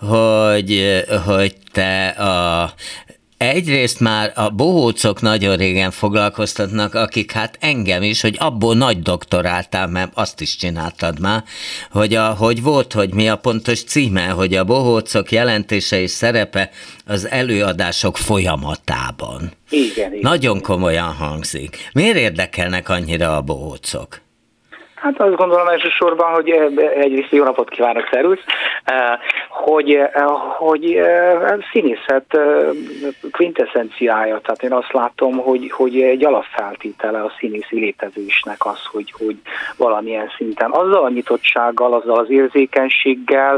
[SPEAKER 2] hogy, hogy te a egyrészt már a bohócok nagyon régen foglalkoztatnak, akik hát engem is, hogy abból nagy doktoráltál, mert azt is csináltad már, hogy, a, hogy volt, hogy mi a pontos címe, hogy a bohócok jelentése és szerepe az előadások folyamatában.
[SPEAKER 4] Igen, igen.
[SPEAKER 2] Nagyon komolyan hangzik. Miért érdekelnek annyira a bohócok?
[SPEAKER 4] Hát azt gondolom elsősorban, hogy egyrészt jó napot kívánok, szervusz, hogy, hogy színészet quintessenciája, tehát én azt látom, hogy, hogy egy alapfeltétele a színészi létezésnek az, hogy, hogy valamilyen szinten azzal a nyitottsággal, azzal az érzékenységgel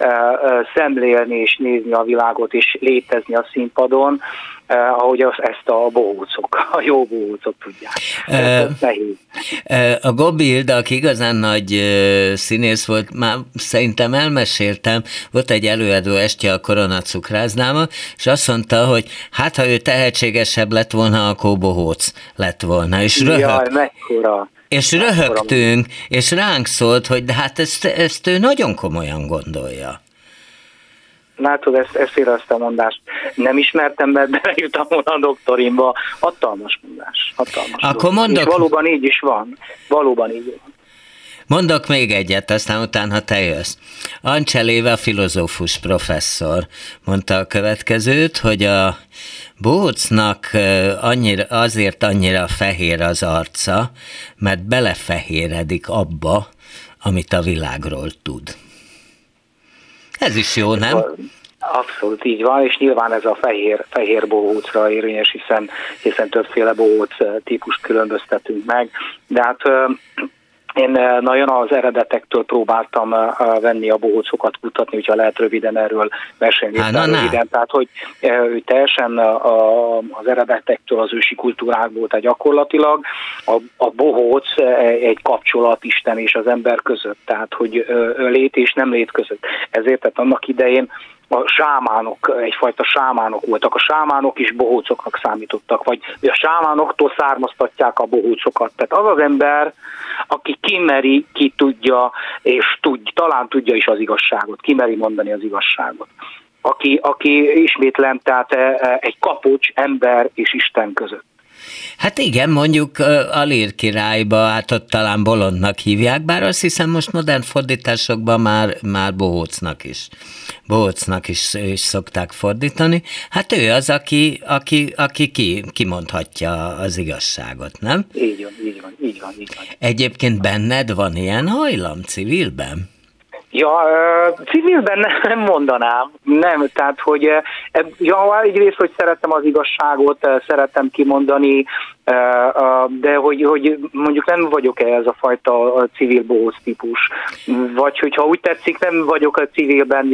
[SPEAKER 4] szemlélni és nézni a világot és létezni a színpadon, Eh, ahogy az, ezt a bohócok, a jó bohócok tudják. Ez uh, nehéz.
[SPEAKER 2] Uh, a Gobbi Hilda, aki igazán nagy uh, színész volt, már szerintem elmeséltem, volt egy előadó estje a Koronacukráznában, és azt mondta, hogy hát ha ő tehetségesebb lett volna, akkor bohóc lett volna. És röhög...
[SPEAKER 4] Jaj, mekkora.
[SPEAKER 2] És röhögtünk, és ránk szólt, hogy de hát ezt, ezt ő nagyon komolyan gondolja.
[SPEAKER 4] Látod, ezt, ezt érezte a mondást. Nem ismertem, mert belejutam volna a doktorimba. Hatalmas mondás. Hatalmas.
[SPEAKER 2] Akkor mondok...
[SPEAKER 4] És valóban így is van. Valóban így van.
[SPEAKER 2] Mondok még egyet, aztán utána te jössz. Ancseléve, a filozófus professzor mondta a következőt, hogy a bohócnak annyira, azért annyira fehér az arca, mert belefehéredik abba, amit a világról tud. Ez is jó, nem?
[SPEAKER 4] Abszolút így van, és nyilván ez a fehér, fehér bohócra érvényes, hiszen, hiszen többféle bohóc típust különböztetünk meg, de hát én nagyon az eredetektől próbáltam venni a bohócokat, kutatni, hogyha lehet röviden erről mesélni.
[SPEAKER 2] Há, na,
[SPEAKER 4] röviden. Tehát, hogy teljesen az eredetektől, az ősi kultúrákból, tehát gyakorlatilag a, a bohóc egy kapcsolat Isten és az ember között, tehát, hogy lét és nem lét között. Ezért tehát annak idején a sámánok, egyfajta sámánok voltak. A sámánok is bohócoknak számítottak, vagy a sámánoktól származtatják a bohócokat. Tehát az az ember, aki kimeri, ki tudja, és tud, talán tudja is az igazságot, kimeri mondani az igazságot. Aki, aki ismétlem, tehát egy kapocs ember és Isten között.
[SPEAKER 2] Hát igen, mondjuk a Lír királyba, hát ott talán bolondnak hívják, bár azt hiszem most modern fordításokban már, már bohócnak is. Bohócnak is, is szokták fordítani. Hát ő az, aki, aki, aki ki, kimondhatja az igazságot, nem?
[SPEAKER 4] Így van, így van, így van, így van.
[SPEAKER 2] Egyébként benned van ilyen hajlam civilben?
[SPEAKER 4] Ja, civilben nem mondanám, nem, tehát, hogy ja, egyrészt, hogy szeretem az igazságot, szeretem kimondani, de hogy, hogy mondjuk nem vagyok ez a fajta civil bohóc típus, vagy hogyha úgy tetszik, nem vagyok a civilben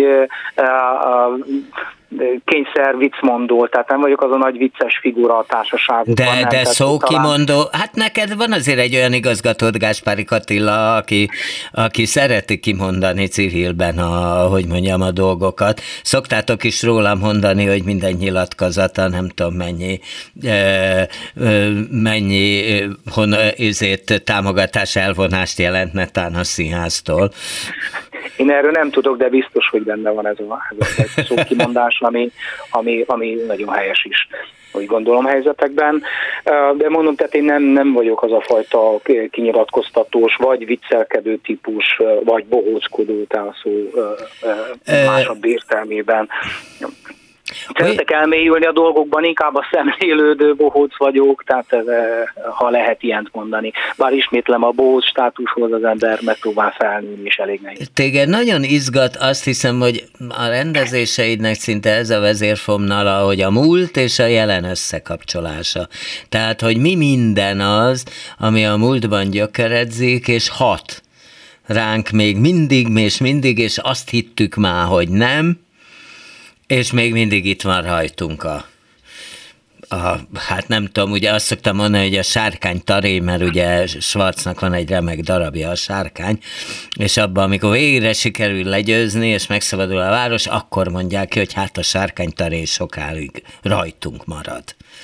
[SPEAKER 4] kényszer viccmondó, tehát nem vagyok az a nagy vicces figura a társaságban.
[SPEAKER 2] De,
[SPEAKER 4] nem,
[SPEAKER 2] de szókimondó,
[SPEAKER 4] talán...
[SPEAKER 2] hát neked van azért egy olyan igazgatód, Gáspári Attila, aki, aki szereti kimondani civilben, a, hogy mondjam, a dolgokat. Szoktátok is rólam mondani, hogy minden nyilatkozata, nem tudom mennyi, mennyi hon, ezért támogatás elvonást jelent netán a színháztól.
[SPEAKER 4] Én erről nem tudok, de biztos, hogy benne van ez a, ez a szókimondás, ami, ami, ami nagyon helyes is, úgy gondolom helyzetekben. De mondom, tehát én nem, nem vagyok az a fajta kinyilatkoztatós, vagy viccelkedő típus, vagy bohóckodó, tehát a szó másabb értelmében. Szeretek elmélyülni a dolgokban, inkább a szemlélődő bohóc vagyok, tehát ez, ha lehet ilyent mondani. Bár ismétlem, a bohóc státushoz az ember megpróbál felnőni, és elég nehéz.
[SPEAKER 2] Téged nagyon izgat, azt hiszem, hogy a rendezéseidnek szinte ez a vezérfonala, hogy a múlt és a jelen összekapcsolása. Tehát, hogy mi minden az, ami a múltban gyökeredzik, és hat ránk még mindig, és mindig, és azt hittük már, hogy nem, és még mindig itt van rajtunk a, a, hát nem tudom, ugye azt szoktam mondani, hogy a sárkány taré, mert ugye Schwarznak van egy remek darabja, a Sárkány, és abban, amikor végre sikerül legyőzni, és megszabadul a város, akkor mondják ki, hogy hát a sárkány taré sokáig rajtunk marad.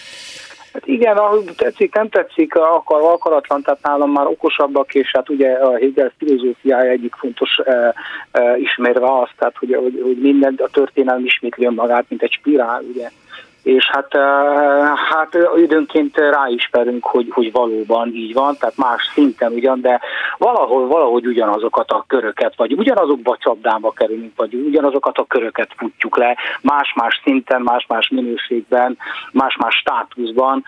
[SPEAKER 4] Hát igen, ahogy tetszik, nem tetszik, akar, akaratlan, tehát nálam már okosabbak, és hát ugye a Hegel filozófiája egyik fontos e, e, ismerve az, tehát hogy, hogy, hogy minden a történelem ismétli önmagát, mint egy spirál, ugye. És hát, hát időnként ráismerünk, hogy, hogy valóban így van, tehát más szinten ugyan, de valahol, valahogy ugyanazokat a köröket, vagy ugyanazokba a csapdába kerülünk, vagy ugyanazokat a köröket futjuk le, más-más szinten, más-más minőségben, más-más státuszban,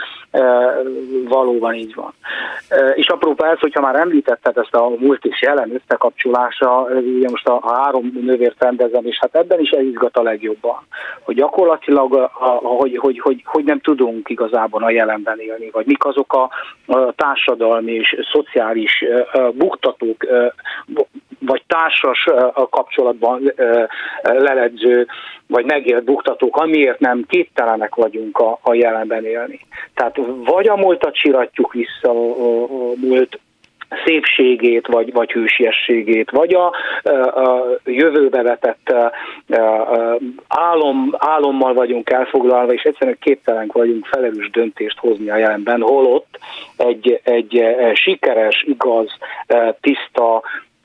[SPEAKER 4] valóban így van. És apropó ez, hogyha már említetted ezt a múlt és jelen összekapcsolása, ugye most a, a három nővért rendezem, és hát ebben is elizgat a legjobban, hogy gyakorlatilag a, a Hogy, hogy, hogy, hogy nem tudunk igazából a jelenben élni, vagy mik azok a, a társadalmi és szociális uh, buktatók, uh, vagy társas uh, kapcsolatban uh, leledző, vagy megélt buktatók, amiért nem képtelenek vagyunk a, a jelenben élni. Tehát vagy a múltat csiratjuk vissza a, a múlt szépségét, vagy, vagy hősiességét, vagy a, a jövőbe vetett álom, álommal vagyunk elfoglalva, és egyszerűen képtelenek vagyunk felelős döntést hozni a jelenben, holott egy, egy sikeres, igaz, tiszta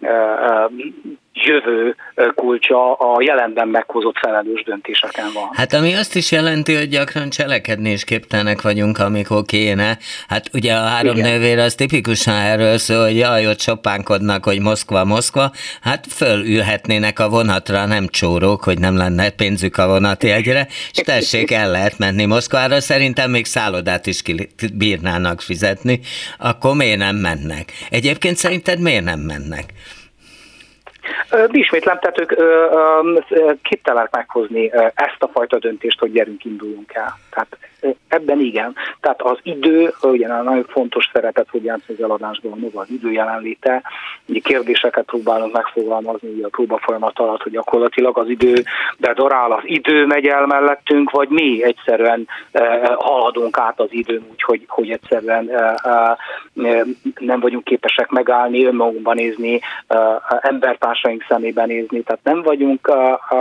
[SPEAKER 4] jövő kulcsa a jelenben meghozott felelős döntéseken van.
[SPEAKER 2] Hát ami azt is jelenti, hogy gyakran cselekedni is képtelenek vagyunk, amikor kéne. Hát ugye a három Igen. nővér az tipikusan erről szól, hogy jaj, ott sopánkodnak, hogy Moszkva, Moszkva, hát fölülhetnének a vonatra, nem csórók, hogy nem lenne pénzük a vonatjegyre, és tessék, el lehet menni Moszkvára, szerintem még szállodát is bírnának fizetni, akkor miért nem mennek? Egyébként szerinted miért nem mennek?
[SPEAKER 4] Ismétlem, tehát ők képtelenek meghozni ezt a fajta döntést, hogy gyerünk, induljunk el. Tehát ebben igen. Tehát az idő, ugye nagyon fontos szerepet fog játszani az eladásban maga az idő jelenléte. Ugye kérdéseket próbálunk megfogalmazni ugye a próbafolyamat alatt, hogy gyakorlatilag az idő bedorál, az idő megy el mellettünk, vagy mi egyszerűen haladunk át az időn, úgyhogy hogy egyszerűen nem vagyunk képesek megállni, önmagunkban nézni, embertársaink szemében nézni, tehát nem vagyunk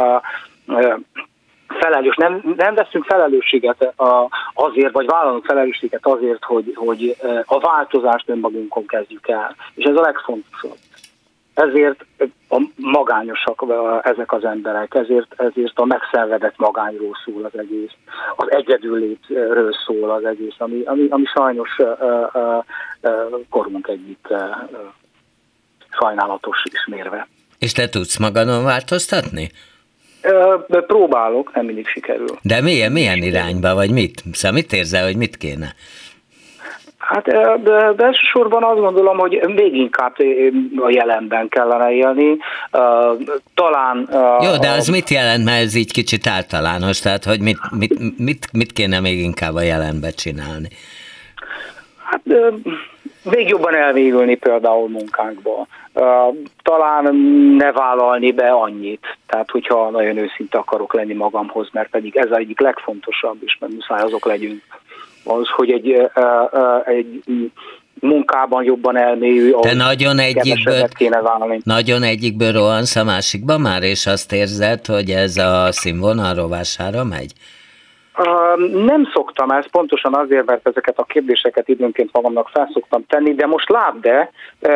[SPEAKER 4] felelős, nem, nem veszünk felelősséget azért, vagy vállalunk felelősséget azért, hogy, hogy a változást önmagunkon kezdjük el. És ez a legfontosabb. Ezért a magányosak ezek az emberek, ezért, ezért a megszenvedett magányról szól az egész, az egyedüllétről szól az egész, ami, ami, ami sajnos korunk egyik sajnálatos ismérve.
[SPEAKER 2] És te tudsz magadon változtatni?
[SPEAKER 4] Próbálok, nem mindig sikerül.
[SPEAKER 2] De milyen, milyen irányba, vagy mit? Szóval mit érzel, hogy mit kéne?
[SPEAKER 4] Hát de, de elsősorban azt gondolom, hogy még inkább a jelenben kellene élni. Talán...
[SPEAKER 2] Jó, de az a... mit jelent, mert ez így kicsit általános, tehát hogy mit, mit, mit, mit kéne még inkább a jelenben csinálni?
[SPEAKER 4] Hát még jobban elvégülni például munkánkba. Talán ne vállalni be annyit, tehát hogyha nagyon őszinte akarok lenni magamhoz, mert pedig ez az egyik legfontosabb is, mert muszáj azok legyünk, az, hogy egy, egy munkában jobban elmélyülj,
[SPEAKER 2] te nagyon egyikből, nagyon egyikből rohansz a másikba már, és azt érzed, hogy ez a színvonal rovására megy?
[SPEAKER 4] Nem szoktam ezt, pontosan azért, mert ezeket a kérdéseket időnként magamnak felszoktam tenni, de most lát, de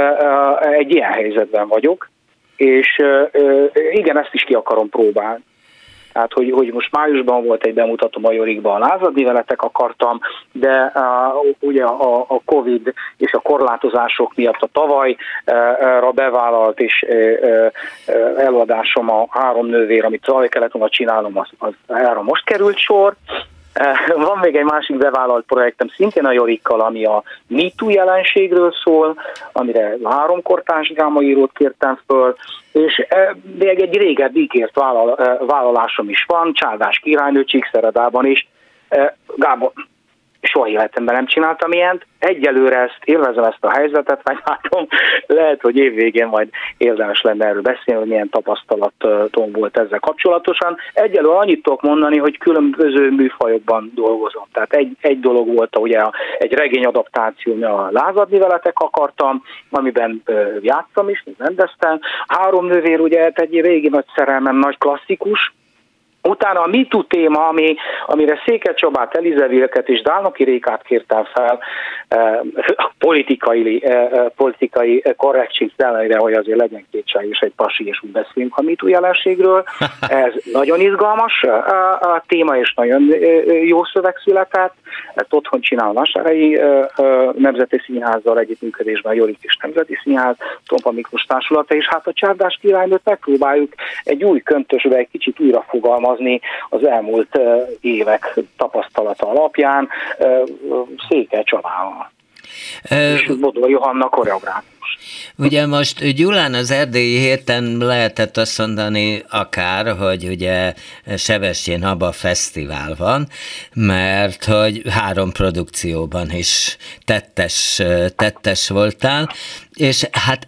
[SPEAKER 4] egy ilyen helyzetben vagyok, és igen, ezt is ki akarom próbálni. Tehát, hogy, hogy most májusban volt egy bemutató Majorikban, a lázadni veletek akartam, de uh, ugye a, a Covid és a korlátozások miatt a tavalyra bevállalt és uh, uh, előadásom a Három nővér, amit tavaly kellett volna csinálnom, az, az erre most került sor. Uh, van még egy másik bevállalt projektem, szintén a Jorikkal, ami a MeToo jelenségről szól, amire három kortárs drámaírót kértem föl, és még egy régebbi ígért vállal, vállalásom is van, Csárdás királynő Csíkszeredában is. Gábor, soha életemben nem csináltam ilyent, egyelőre ezt élvezem, ezt a helyzetet, meg látom, lehet, hogy évvégén majd érdemes lenne erről beszélni, hogy milyen tapasztalatom volt ezzel kapcsolatosan. Egyelőre annyit tudok mondani, hogy különböző műfajokban dolgozom. Tehát egy, egy dolog volt, ugye egy regényadaptáció, a Lázadni veletek akartam, amiben játszom is, rendeztem. Három nővér, ugye egy régi nagy szerelmem, nagy klasszikus. Utána a MeToo téma, ami, amire Székely Csabát, Elize Vilket és Dálnoki Rékát kértem fel, eh, politikai, eh, politikai korrektség ellenére, hogy azért legyen kétség és egy pasi, és úgy beszélünk a MeToo jelenségről. Ez nagyon izgalmas eh, a téma, és nagyon eh, jó szöveg született. Ezt otthon csinál a Vasárhelyi eh, Nemzeti Színházzal együttműködésben, a Jorik és Nemzeti Színház, Tompa Miklós Társulata, és hát a Csárdás királynőt megpróbáljuk egy új köntösbe egy kicsit újra fogalmazni az elmúlt évek tapasztalata alapján Székely Csabával. Ö... és Bodor Johanna koreográfus.
[SPEAKER 2] Ugye most Gyulán az erdélyi héten lehetett azt mondani akár, hogy ugye Sebestyén Aba fesztivál van, mert hogy három produkcióban is tettes, tettes voltál, és hát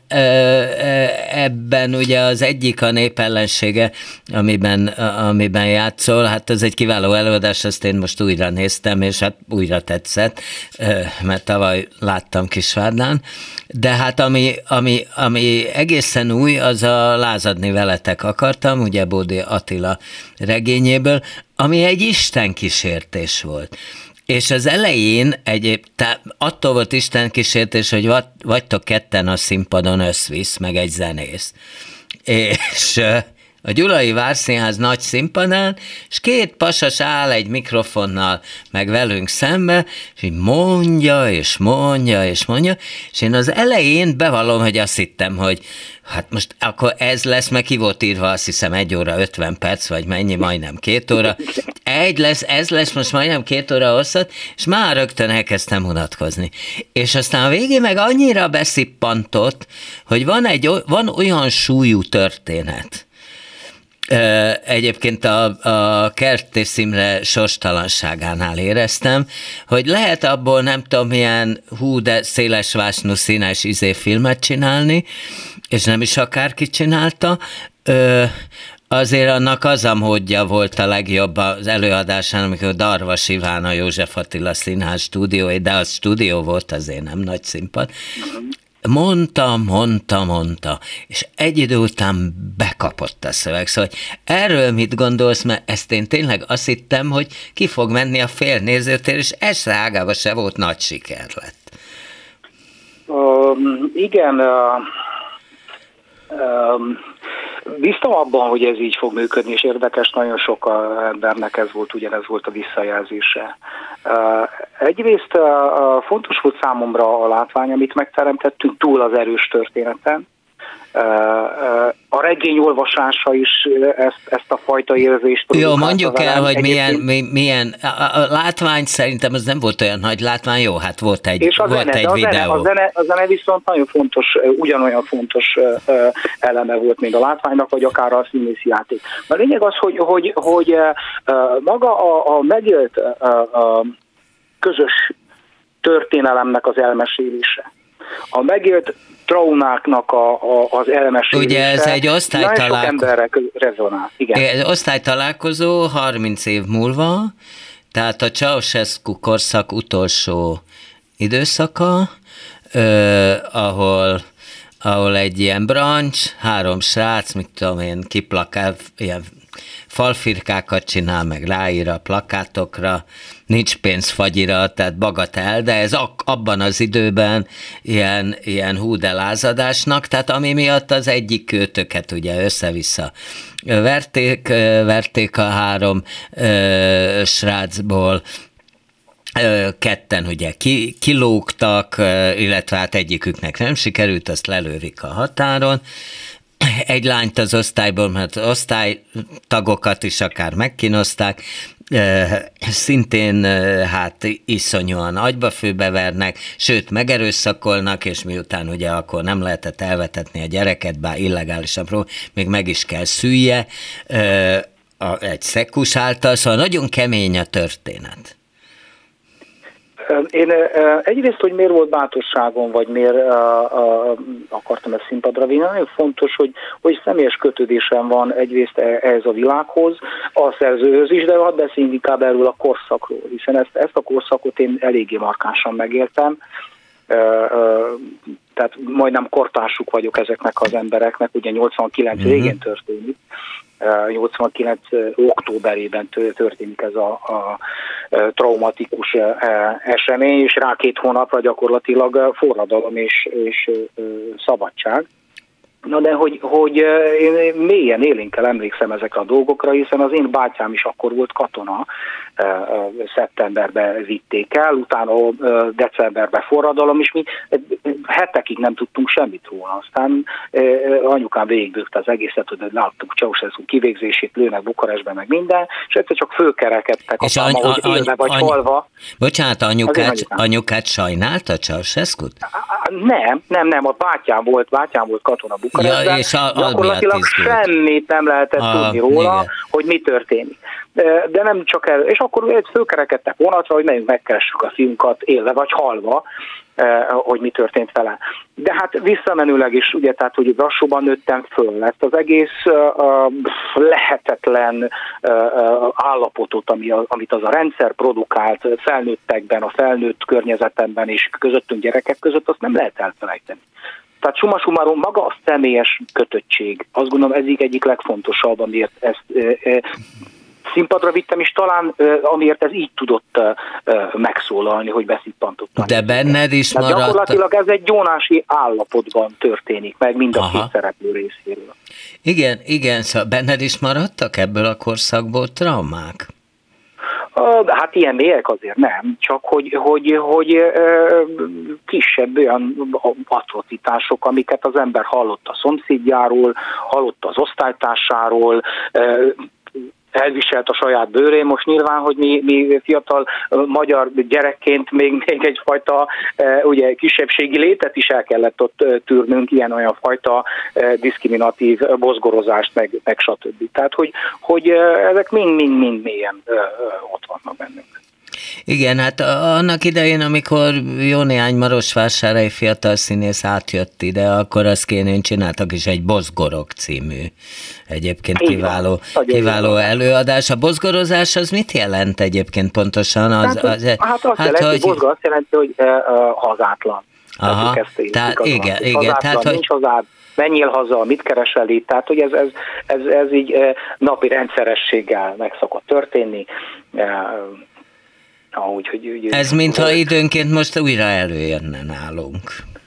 [SPEAKER 2] ebben ugye az egyik a Népellensége, amiben, amiben játszol, hát az egy kiváló előadás, azt én most újra néztem, és hát újra tetszett, mert tavaly láttam Kisvárdán, de hát ami, ami, ami egészen új, az a Lázadni veletek akartam, ugye Bódi Attila regényéből, ami egy istenkísértés volt. És az elején egyéb, attól volt istenkísértés, hogy vagytok ketten a színpadon összvisz, meg egy zenész. És a Gyulai Várszínház nagy színpadán, és két pasas áll egy mikrofonnal meg velünk szembe, és így mondja, és mondja, és mondja, és én az elején bevallom, hogy azt hittem, hogy hát most akkor ez lesz, meg ki volt írva, azt hiszem egy óra ötven perc, vagy mennyi, majdnem két óra. Egy lesz, ez lesz most majdnem két óra hosszat, és már rögtön elkezdtem unatkozni. És aztán a végén meg annyira beszippantott, hogy van, egy, van olyan súlyú történet, egyébként a, a Kertész Imre sorstalanságánál éreztem, hogy lehet abból nem tudom milyen hú, de szélesvásnú színes izé filmet csinálni, és nem is akárki csinálta, Ö, azért annak az a módja volt a legjobb az előadásán, amikor Darvas Iván a József Attila Színház stúdió, de az stúdió volt, azért nem nagy színpad. Mondta, mondta, mondta, és egy idő után bekapott a szöveg. Szóval erről mit gondolsz, mert ezt én tényleg azt hittem, hogy ki fog menni a félnézőtér, és ez ágában se volt, nagy siker lett.
[SPEAKER 4] Um, igen, uh, um, bíztam abban, hogy ez így fog működni, és érdekes, nagyon sok embernek ez volt, ugyanez volt a visszajelzése. Egyrészt fontos volt számomra a látvány, amit megteremtettünk túl az erős történeten, A regény olvasása is ezt, ezt a fajta érzést.
[SPEAKER 2] Jó, mondjuk el, hogy milyen, milyen a, a látvány szerintem az nem volt olyan nagy látvány, jó, hát volt egy,
[SPEAKER 4] és a
[SPEAKER 2] volt
[SPEAKER 4] zene,
[SPEAKER 2] egy
[SPEAKER 4] a
[SPEAKER 2] videó.
[SPEAKER 4] Zene, a, zene, a zene viszont nagyon fontos, ugyanolyan fontos eleme volt még a látványnak, vagy akár a színészi játék. A lényeg az, hogy, hogy, hogy maga a, a megélt a, a közös történelemnek az elmesélése, a megélt traumáknak a, a, az elmesélése.
[SPEAKER 2] Ugye ez egy osztálytalálkozó.
[SPEAKER 4] Nagyon sok emberre rezonál. Igen.
[SPEAKER 2] Osztálytalálkozó harminc év múlva, tehát a Ceausescu korszak utolsó időszaka, eh, ahol, ahol egy ilyen brancs, három srác, mit tudom én, kiplakál, ilyen falfirkákat csinál, meg ráír a plakátokra, nincs pénz fagyira, tehát bagatel, de ez ak- abban az időben ilyen, ilyen hú de lázadásnak, tehát ami miatt az egyik kötöket ugye össze-vissza verték, verték a három ö, srácból, ö, ketten ugye ki, kilógtak, illetve hát egyiküknek nem sikerült, azt lelőrik a határon, egy lányt az osztályból, mert osztálytagokat is akár megkínozták, szintén hát iszonyúan agyba főbevernek, sőt megerőszakolnak, és miután ugye akkor nem lehetett elvetetni a gyereket, bár illegálisan prób, még meg is kell szülje egy szekkus által, szóval nagyon kemény a történet.
[SPEAKER 4] Én egyrészt, hogy miért volt bátorságom, vagy miért akartam ezt színpadra vinni, nagyon fontos, hogy, hogy személyes kötődésem van egyrészt ehhez a világhoz, a szerzőhöz is, de hadd beszéljünk inkább erről a korszakról, hiszen ezt, ezt a korszakot én eléggé markánsan megéltem, tehát majdnem kortársuk vagyok ezeknek az embereknek, ugye nyolcvankilenc mm-hmm. végén történik, nyolcvankilenc októberében történik ez a, a traumatikus esemény, és rá két hónapra gyakorlatilag forradalom és, és szabadság. Na de hogy, hogy én mélyen élénkkel emlékszem ezekre a dolgokra, hiszen az én bátyám is akkor volt katona, szeptemberben vitték el, utána decemberben forradalom, és mi hetekig nem tudtunk semmit róla. Aztán anyukám végigbőgte az egészet, hogy láttuk Ceausescu kivégzését, lőnek Bukarestben, meg minden, és egyszer csak fölkerekedtek a száma, hogy élve vagy any, halva.
[SPEAKER 2] Bocsánat, anyukát, anyukát sajnálta Ceausescut?
[SPEAKER 4] Nem, nem, nem, a bátyám volt, bátyám volt katona Bukarestben, ja, gyakorlatilag semmit nem lehetett a, tudni róla, igen. hogy mi történik. De, de nem csak el, és akkor fölkerekedtek vonatra, hogy megyünk megkeressük a fiunkat élve vagy halva, eh, hogy mi történt vele. De hát visszamenőleg is, ugye, tehát, hogy lassúban nőttem föl, ezt az egész uh, lehetetlen uh, állapotot, ami a, amit az a rendszer produkált felnőttekben, a felnőtt környezetemben és közöttünk gyerekek között, azt nem lehet elfelejteni. Tehát summa summarum maga a személyes kötöttség, azt gondolom ez egyik legfontosabb, amiért ezt e, e, színpadra vittem, és talán e, amiért ez így tudott e, megszólalni, hogy beszippantottam.
[SPEAKER 2] De benned is
[SPEAKER 4] Tehát
[SPEAKER 2] maradt...
[SPEAKER 4] Gyakorlatilag ez egy gyónási állapotban történik meg mind a Aha. két szereplő részéről.
[SPEAKER 2] Igen, igen, szóval benned is maradtak ebből a korszakból traumák?
[SPEAKER 4] Hát ilyen mélyek azért nem, csak hogy, hogy, hogy kisebb olyan atrocitások, amiket az ember hallott a szomszédjáról, hallott az osztálytársáról, elviselt a saját bőrén. Most nyilván, hogy mi, mi fiatal magyar gyerekként még, még egyfajta ugye, kisebbségi létet is el kellett ott tűrnünk, ilyen-olyan fajta diszkriminatív bozgorozást, meg, meg stb. Tehát, hogy, hogy ezek mind-mind-mind mélyen ott vannak bennünk.
[SPEAKER 2] Igen, hát annak idején, amikor jó néhány marosvásárhelyi fiatal színész átjött ide, akkor azt kéne, csináltak is egy Bozgorok című egyébként kiváló, kiváló előadás. A bozgorozás az mit jelent egyébként pontosan? Az,
[SPEAKER 4] hát, az, hát azt hát, jelenti, hogy bozgor azt jelenti, hogy uh, hazátlan.
[SPEAKER 2] Aha, tehát igen, igen.
[SPEAKER 4] Hazátlan,
[SPEAKER 2] tehát,
[SPEAKER 4] nincs hogy... hazád, menjél haza, mit keresel itt, tehát hogy ez, ez, ez, ez így uh, napi rendszerességgel meg szokott történni. Uh, Ahogy, hogy, hogy,
[SPEAKER 2] Ez mintha időnként most újra előjönne nálunk.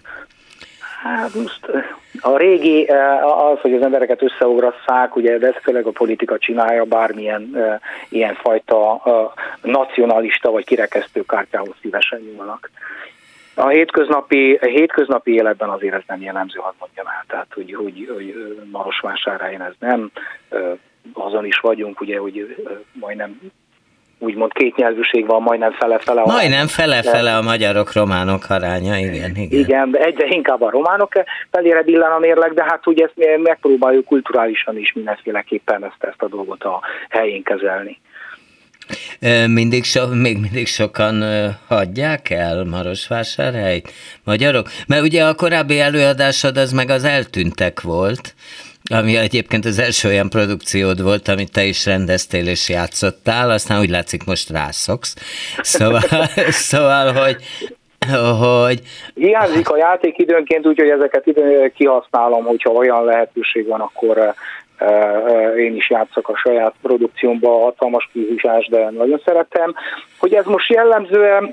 [SPEAKER 4] Hát most a régi, az, hogy az embereket összeugrasszák, ugye, de ez főleg a politika csinálja, bármilyen uh, ilyenfajta uh, nacionalista vagy kirekesztő kártyához szívesen nyúlnak. A hétköznapi, a hétköznapi életben azért ez nem jellemző, hadd mondjam el. Tehát, hogy, hogy, hogy Marosvásárhelyen ez nem. Azon is vagyunk, ugye, hogy majdnem úgymond kétnyelvűség van, majdnem fele-fele.
[SPEAKER 2] Majdnem fele-fele a magyarok, románok aránya, igen, igen.
[SPEAKER 4] Igen, de egyre inkább a románok felére billen a mérleg, de hát ugye ezt megpróbáljuk kulturálisan is mindenféleképpen ezt, ezt a dolgot a helyén kezelni.
[SPEAKER 2] Mindig so, még mindig sokan hagyják el Marosvásárhelyt, magyarok? Mert ugye a korábbi előadásod az meg az Eltűntek volt, ami egyébként az első olyan produkciód volt, amit te is rendeztél és játszottál, aztán úgy látszik most rászoksz. Szóval, szóval hogy, hogy...
[SPEAKER 4] Hiányzik a játék időnként, úgyhogy ezeket időn kihasználom, hogyha olyan lehetőség van, akkor én is játszok a saját produkciómban, hatalmas kihúzás, de nagyon szeretem. Hogy ez most jellemzően...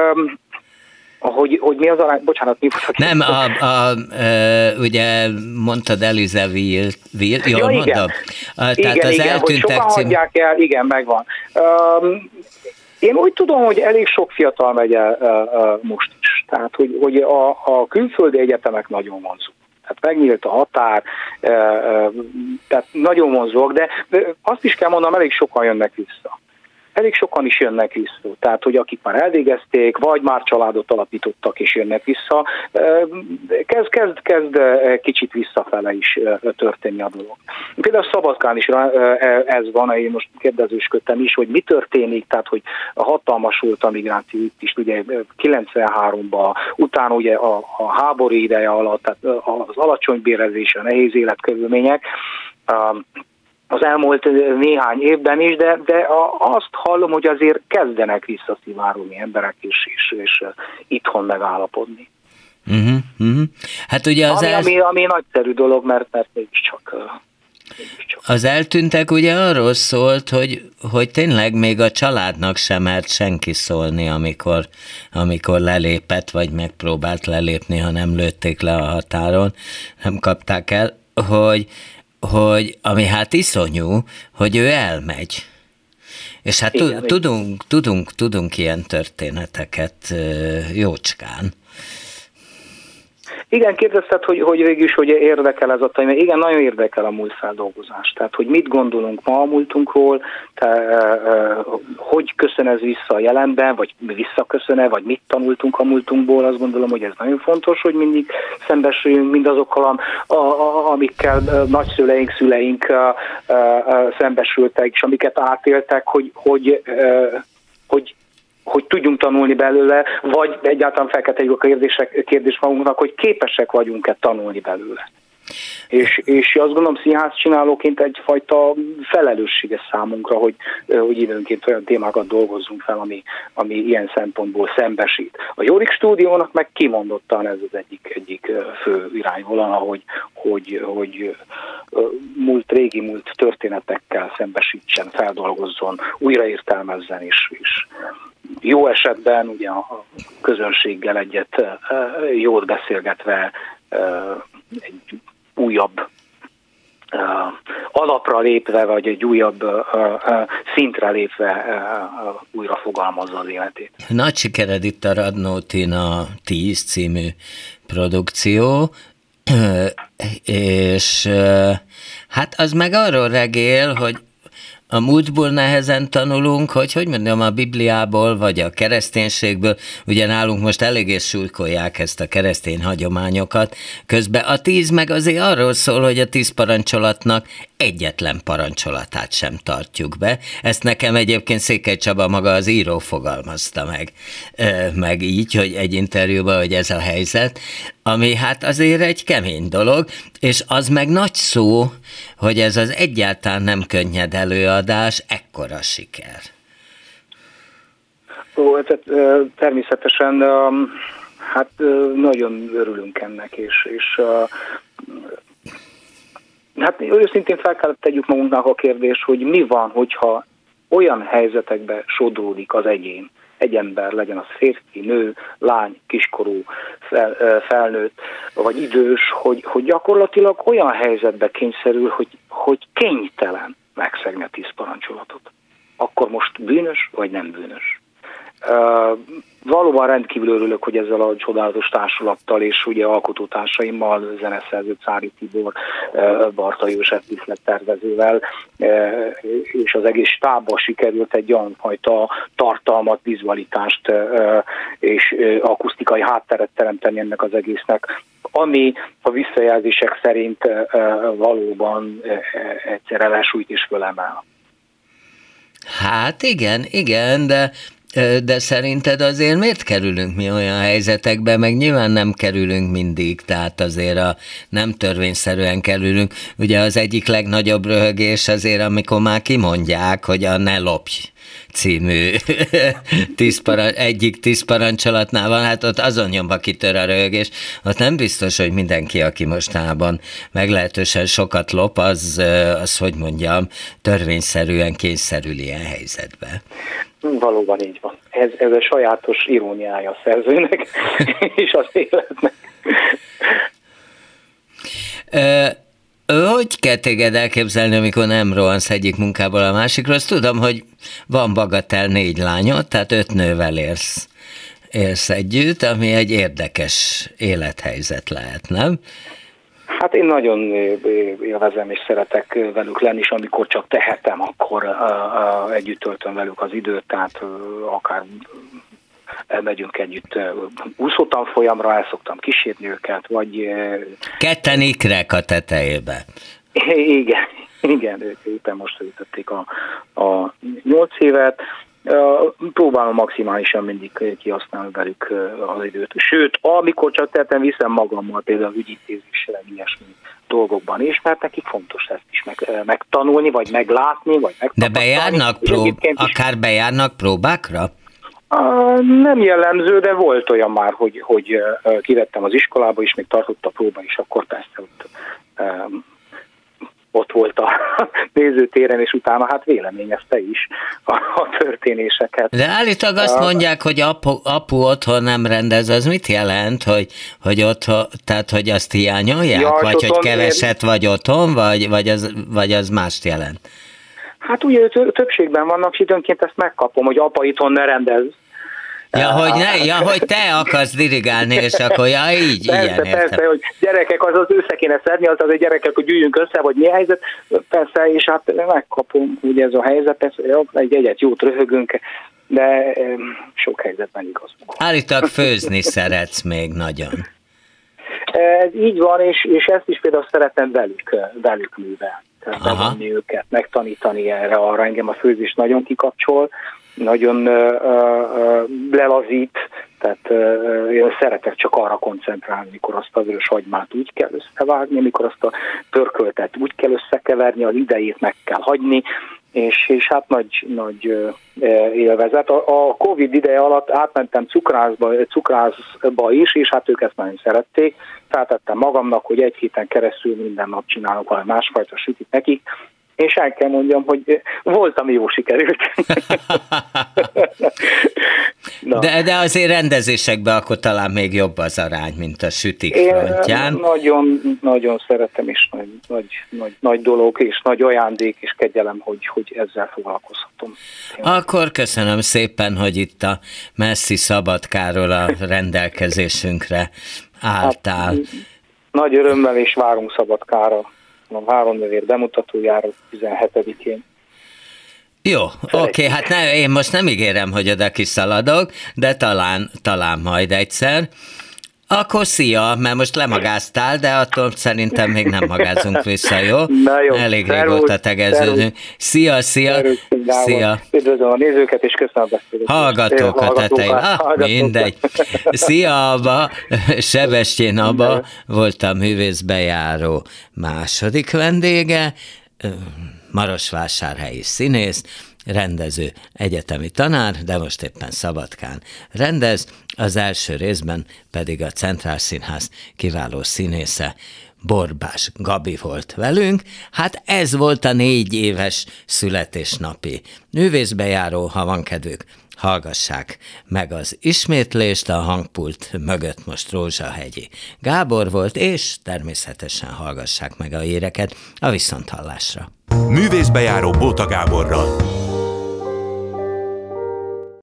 [SPEAKER 4] Hogy, hogy mi az arány, bocsánat, mi volt?
[SPEAKER 2] Nem, a, a, a, ugye mondtad Elize Wild, Wild jól
[SPEAKER 4] ja,
[SPEAKER 2] mondom? A,
[SPEAKER 4] igen,
[SPEAKER 2] tehát az
[SPEAKER 4] igen, hogy sokan
[SPEAKER 2] cím...
[SPEAKER 4] hagyják el, igen, megvan. Um, én úgy tudom, hogy elég sok fiatal megy el uh, uh, most is. Tehát, hogy, hogy a, a külföldi egyetemek nagyon vonzók. Tehát megnyílt a határ, uh, uh, tehát nagyon vonzók, de azt is kell mondanom, elég sokan jönnek vissza. Elég sokan is jönnek vissza, tehát hogy akik már elvégezték, vagy már családot alapítottak és jönnek vissza, kezd, kezd, kezd kicsit visszafele is történni a dolog. Például Szabadkán is ez van, én most kérdezősködtem is, hogy mi történik, tehát hogy hatalmas volt a migráció itt is, ugye kilencvenháromban, utána ugye a, a háború ideje alatt, tehát az alacsony bérezés, a nehéz életkörülmények, az elmúlt néhány évben is, de, de azt hallom, hogy azért kezdenek visszaszivárogni emberek is, és, és itthon megállapodni.
[SPEAKER 2] Uh-huh, uh-huh. Hát ugye az
[SPEAKER 4] ami,
[SPEAKER 2] el...
[SPEAKER 4] ami, ami nagyszerű dolog, mert, mert mégiscsak, mégiscsak.
[SPEAKER 2] Az Eltűntek ugye arról szólt, hogy, hogy tényleg még a családnak sem mert senki szólni, amikor, amikor lelépett, vagy megpróbált lelépni, ha nem lőtték le a határon, nem kapták el, hogy hogy ami hát iszonyú, hogy ő elmegy. És hát igen, tudunk, tudunk, tudunk ilyen történeteket jócskán.
[SPEAKER 4] Igen, kérdezted, hogy, hogy végül is hogy érdekel ez a téma. Igen, nagyon érdekel a múltfeldolgozás. Tehát, hogy mit gondolunk ma a múltunkról, tehát, hogy köszön ez vissza a jelenben, vagy visszaköszön-e, vagy mit tanultunk a múltunkból. Azt gondolom, hogy ez nagyon fontos, hogy mindig szembesüljünk mindazokkal, a, a, amikkel nagyszüleink, szüleink a, a, a, szembesültek, és amiket átéltek, hogy, hogy, hogy hogy tudjunk tanulni belőle, vagy egyáltalán fel kell tegyük a kérdések, kérdés magunknak, hogy képesek vagyunk-e tanulni belőle. És, és azt gondolom, színház csinálóként egyfajta felelőssége számunkra, hogy, hogy időnként olyan témákat dolgozzunk fel, ami, ami ilyen szempontból szembesít. A Jorik stúdiónak meg kimondottan ez az egyik, egyik fő irányvonala, hogy, hogy, hogy múlt, régi múlt történetekkel szembesítsen, feldolgozzon, újraértelmezzen is, és jó esetben ugye a közönséggel egyet jót beszélgetve egy újabb alapra lépve, vagy egy újabb szintre lépve újra fogalmazza az életét.
[SPEAKER 2] Nagy sikered itt a Radnótin a tíz című produkció, és hát az meg arról regél, hogy a múltból nehezen tanulunk, hogy hogy mondjam, a Bibliából, vagy a kereszténységből, ugye nálunk most eléggé súlykolják ezt a keresztény hagyományokat, közben a tíz meg azért arról szól, hogy a tíz parancsolatnak egyetlen parancsolatát sem tartjuk be. Ezt nekem egyébként Székely Csaba maga az író fogalmazta meg, meg így, hogy egy interjúban, hogy ez a helyzet, ami hát azért egy kemény dolog, és az meg nagy szó, hogy ez az egyáltalán nem könnyed előadás, ekkora siker.
[SPEAKER 4] Ó, tehát, természetesen hát nagyon örülünk ennek, és, és hát őszintén fel kellett tegyük magunknak a kérdés, hogy mi van, hogyha olyan helyzetekbe sodródik az egyén, egy ember, legyen az férfi, nő, lány, kiskorú, fel, felnőtt, vagy idős, hogy, hogy gyakorlatilag olyan helyzetbe kényszerül, hogy, hogy kénytelen megszegni a tíz parancsolatot. Akkor most bűnös, vagy nem bűnös? Valóban rendkívül örülök, hogy ezzel a csodálatos társulattal és ugye alkotótársaimmal, zeneszerző Cári Tibor, Barta József díszlettervezővel, és az egész stábban sikerült egy olyan fajta tartalmat, vizualitást és akusztikai hátteret teremteni ennek az egésznek, ami a visszajelzések szerint valóban egyszerre lesújt és fölemel.
[SPEAKER 2] Hát igen, igen, de De szerinted azért miért kerülünk mi olyan helyzetekbe, meg nyilván nem kerülünk mindig, tehát azért a nem törvényszerűen kerülünk. Ugye az egyik legnagyobb röhögés azért, amikor már kimondják, hogy a Ne lopj című tíz parancs, egyik tíz parancsolatnál van, hát ott azon nyomba kitör a röhögés. Ott nem biztos, hogy mindenki, aki mostában meglehetősen sokat lop, az, az hogy mondjam, törvényszerűen kényszerül ilyen helyzetbe.
[SPEAKER 4] Valóban így van. Ez, ez a sajátos iróniája a szerzőnek és az életnek.
[SPEAKER 2] Ö, hogy kell téged elképzelni, amikor nem rohansz egyik munkából a másikra? Azt tudom, hogy van bagatel négy lányod, tehát öt nővel élsz, élsz együtt, ami egy érdekes élethelyzet lehet, nem?
[SPEAKER 4] Hát én nagyon élvezem és szeretek velük lenni, és amikor csak tehetem, akkor uh, uh, együtt töltöm velük az időt, tehát uh, akár elmegyünk együtt uh, úszótanfolyamra, el szoktam kísérni őket, vagy... Uh,
[SPEAKER 2] Ketten ikrek a tetejébe.
[SPEAKER 4] Igen, igen, ők éppen most ütötték a, a nyolc évet. Uh, próbálom maximálisan mindig kihasználni velük uh, az időt. Sőt, amikor csak tehetem, viszem magammal például ügyintézésre, ilyesmi dolgokban is, mert nekik fontos ezt is meg, uh, megtanulni, vagy meglátni, vagy megtapasztalni.
[SPEAKER 2] De bejárnak, prób- akár bejárnak próbákra?
[SPEAKER 4] Uh, nem jellemző, de volt olyan már, hogy, hogy uh, kivettem az iskolába, és még tartott a próba is, akkor persze ott... Uh, ott volt a nézőtéren, és utána hát véleményezte is a, a történéseket.
[SPEAKER 2] De állítólag azt mondják, hogy apu, apu otthon nem rendez, az mit jelent, hogy, hogy otthon, tehát hogy azt hiányolják, ja, vagy hogy keveset én... vagy otthon, vagy, vagy, az, vagy az mást jelent?
[SPEAKER 4] Hát ugye többségben vannak, és időnként ezt megkapom, hogy apa itthon ne rendez.
[SPEAKER 2] Ja, hogy, ne, ja, hogy te akarsz dirigálni, és akkor ja, így,
[SPEAKER 4] persze,
[SPEAKER 2] ilyen
[SPEAKER 4] persze,
[SPEAKER 2] értem.
[SPEAKER 4] hogy gyerekek, az az össze kéne szedni, az az, hogy gyerekek, hogy gyűjjünk össze, vagy mi a helyzet, persze, és hát megkapom, ugye ez a helyzet, persze, egy egyet jót röhögünk, de sok helyzetben igaz.
[SPEAKER 2] Állítólag főzni szeretsz még nagyon.
[SPEAKER 4] Ez így van, és, és ezt is például szeretem velük, velük művelni. Bevonni őket, megtanítani erre, arra engem a főzés nagyon kikapcsol, nagyon uh, uh, lelazít, tehát uh, én szeretek csak arra koncentrálni, mikor azt az ős hagymát úgy kell összevágni, mikor azt a pörköltet úgy kell összekeverni, az idejét meg kell hagyni, és, és hát nagy, nagy uh, élvezet. A, a Covid ideje alatt átmentem cukrászba, cukrászba is, és hát ők ezt nagyon szerették. Feltettem magamnak, hogy egy héten keresztül minden nap csinálok valami másfajta sütit nekik, és el kell mondjam, hogy volt, ami jó sikerült.
[SPEAKER 2] de, de azért rendezésekben akkor talán még jobb az arány, mint a sütik frontján.
[SPEAKER 4] Én nagyon, nagyon szeretem, és nagy, nagy, nagy, nagy dolog, és nagy ajándék, és kegyelem, hogy, hogy ezzel foglalkozhatom.
[SPEAKER 2] Akkor köszönöm szépen, hogy itt a Messzi Szabadkáról a rendelkezésünkre álltál. Hát,
[SPEAKER 4] nagy örömmel, és várunk Szabadkára. A Három nővér bemutatójára tizenhetedikén.
[SPEAKER 2] Jó, oké, okay, hát ne, én most nem ígérem, hogy oda kiszaladok, de talán, talán majd egyszer. Akkor szia, mert most lemagáztál, de attól szerintem még nem magázunk vissza, jó?
[SPEAKER 4] Na jó,
[SPEAKER 2] elég
[SPEAKER 4] szervusz,
[SPEAKER 2] régóta tegeződünk. Szia, szia,
[SPEAKER 4] szervusz,
[SPEAKER 2] szia.
[SPEAKER 4] Üdvözlöm a nézőket, és köszönöm a beszélgetést.
[SPEAKER 2] Hallgatókat a tetején. Ah, mindegy. Szia, Abba, Sebestyén Abba, voltam művészbejáró második vendége, marosvásárhelyi színész, rendező, egyetemi tanár, de most éppen Szabadkán rendez, az első részben pedig a Centrál Színház kiváló színésze, Borbás Gabi volt velünk. Hát ez volt a négy éves születésnapi művészbejáró, ha van kedvük, hallgassák meg az ismétlést, a hangpult mögött most Rózsahegyi Gábor volt, és természetesen hallgassák meg a híreket a viszonthallásra.
[SPEAKER 1] Művészbejáró Bóta Gáborral.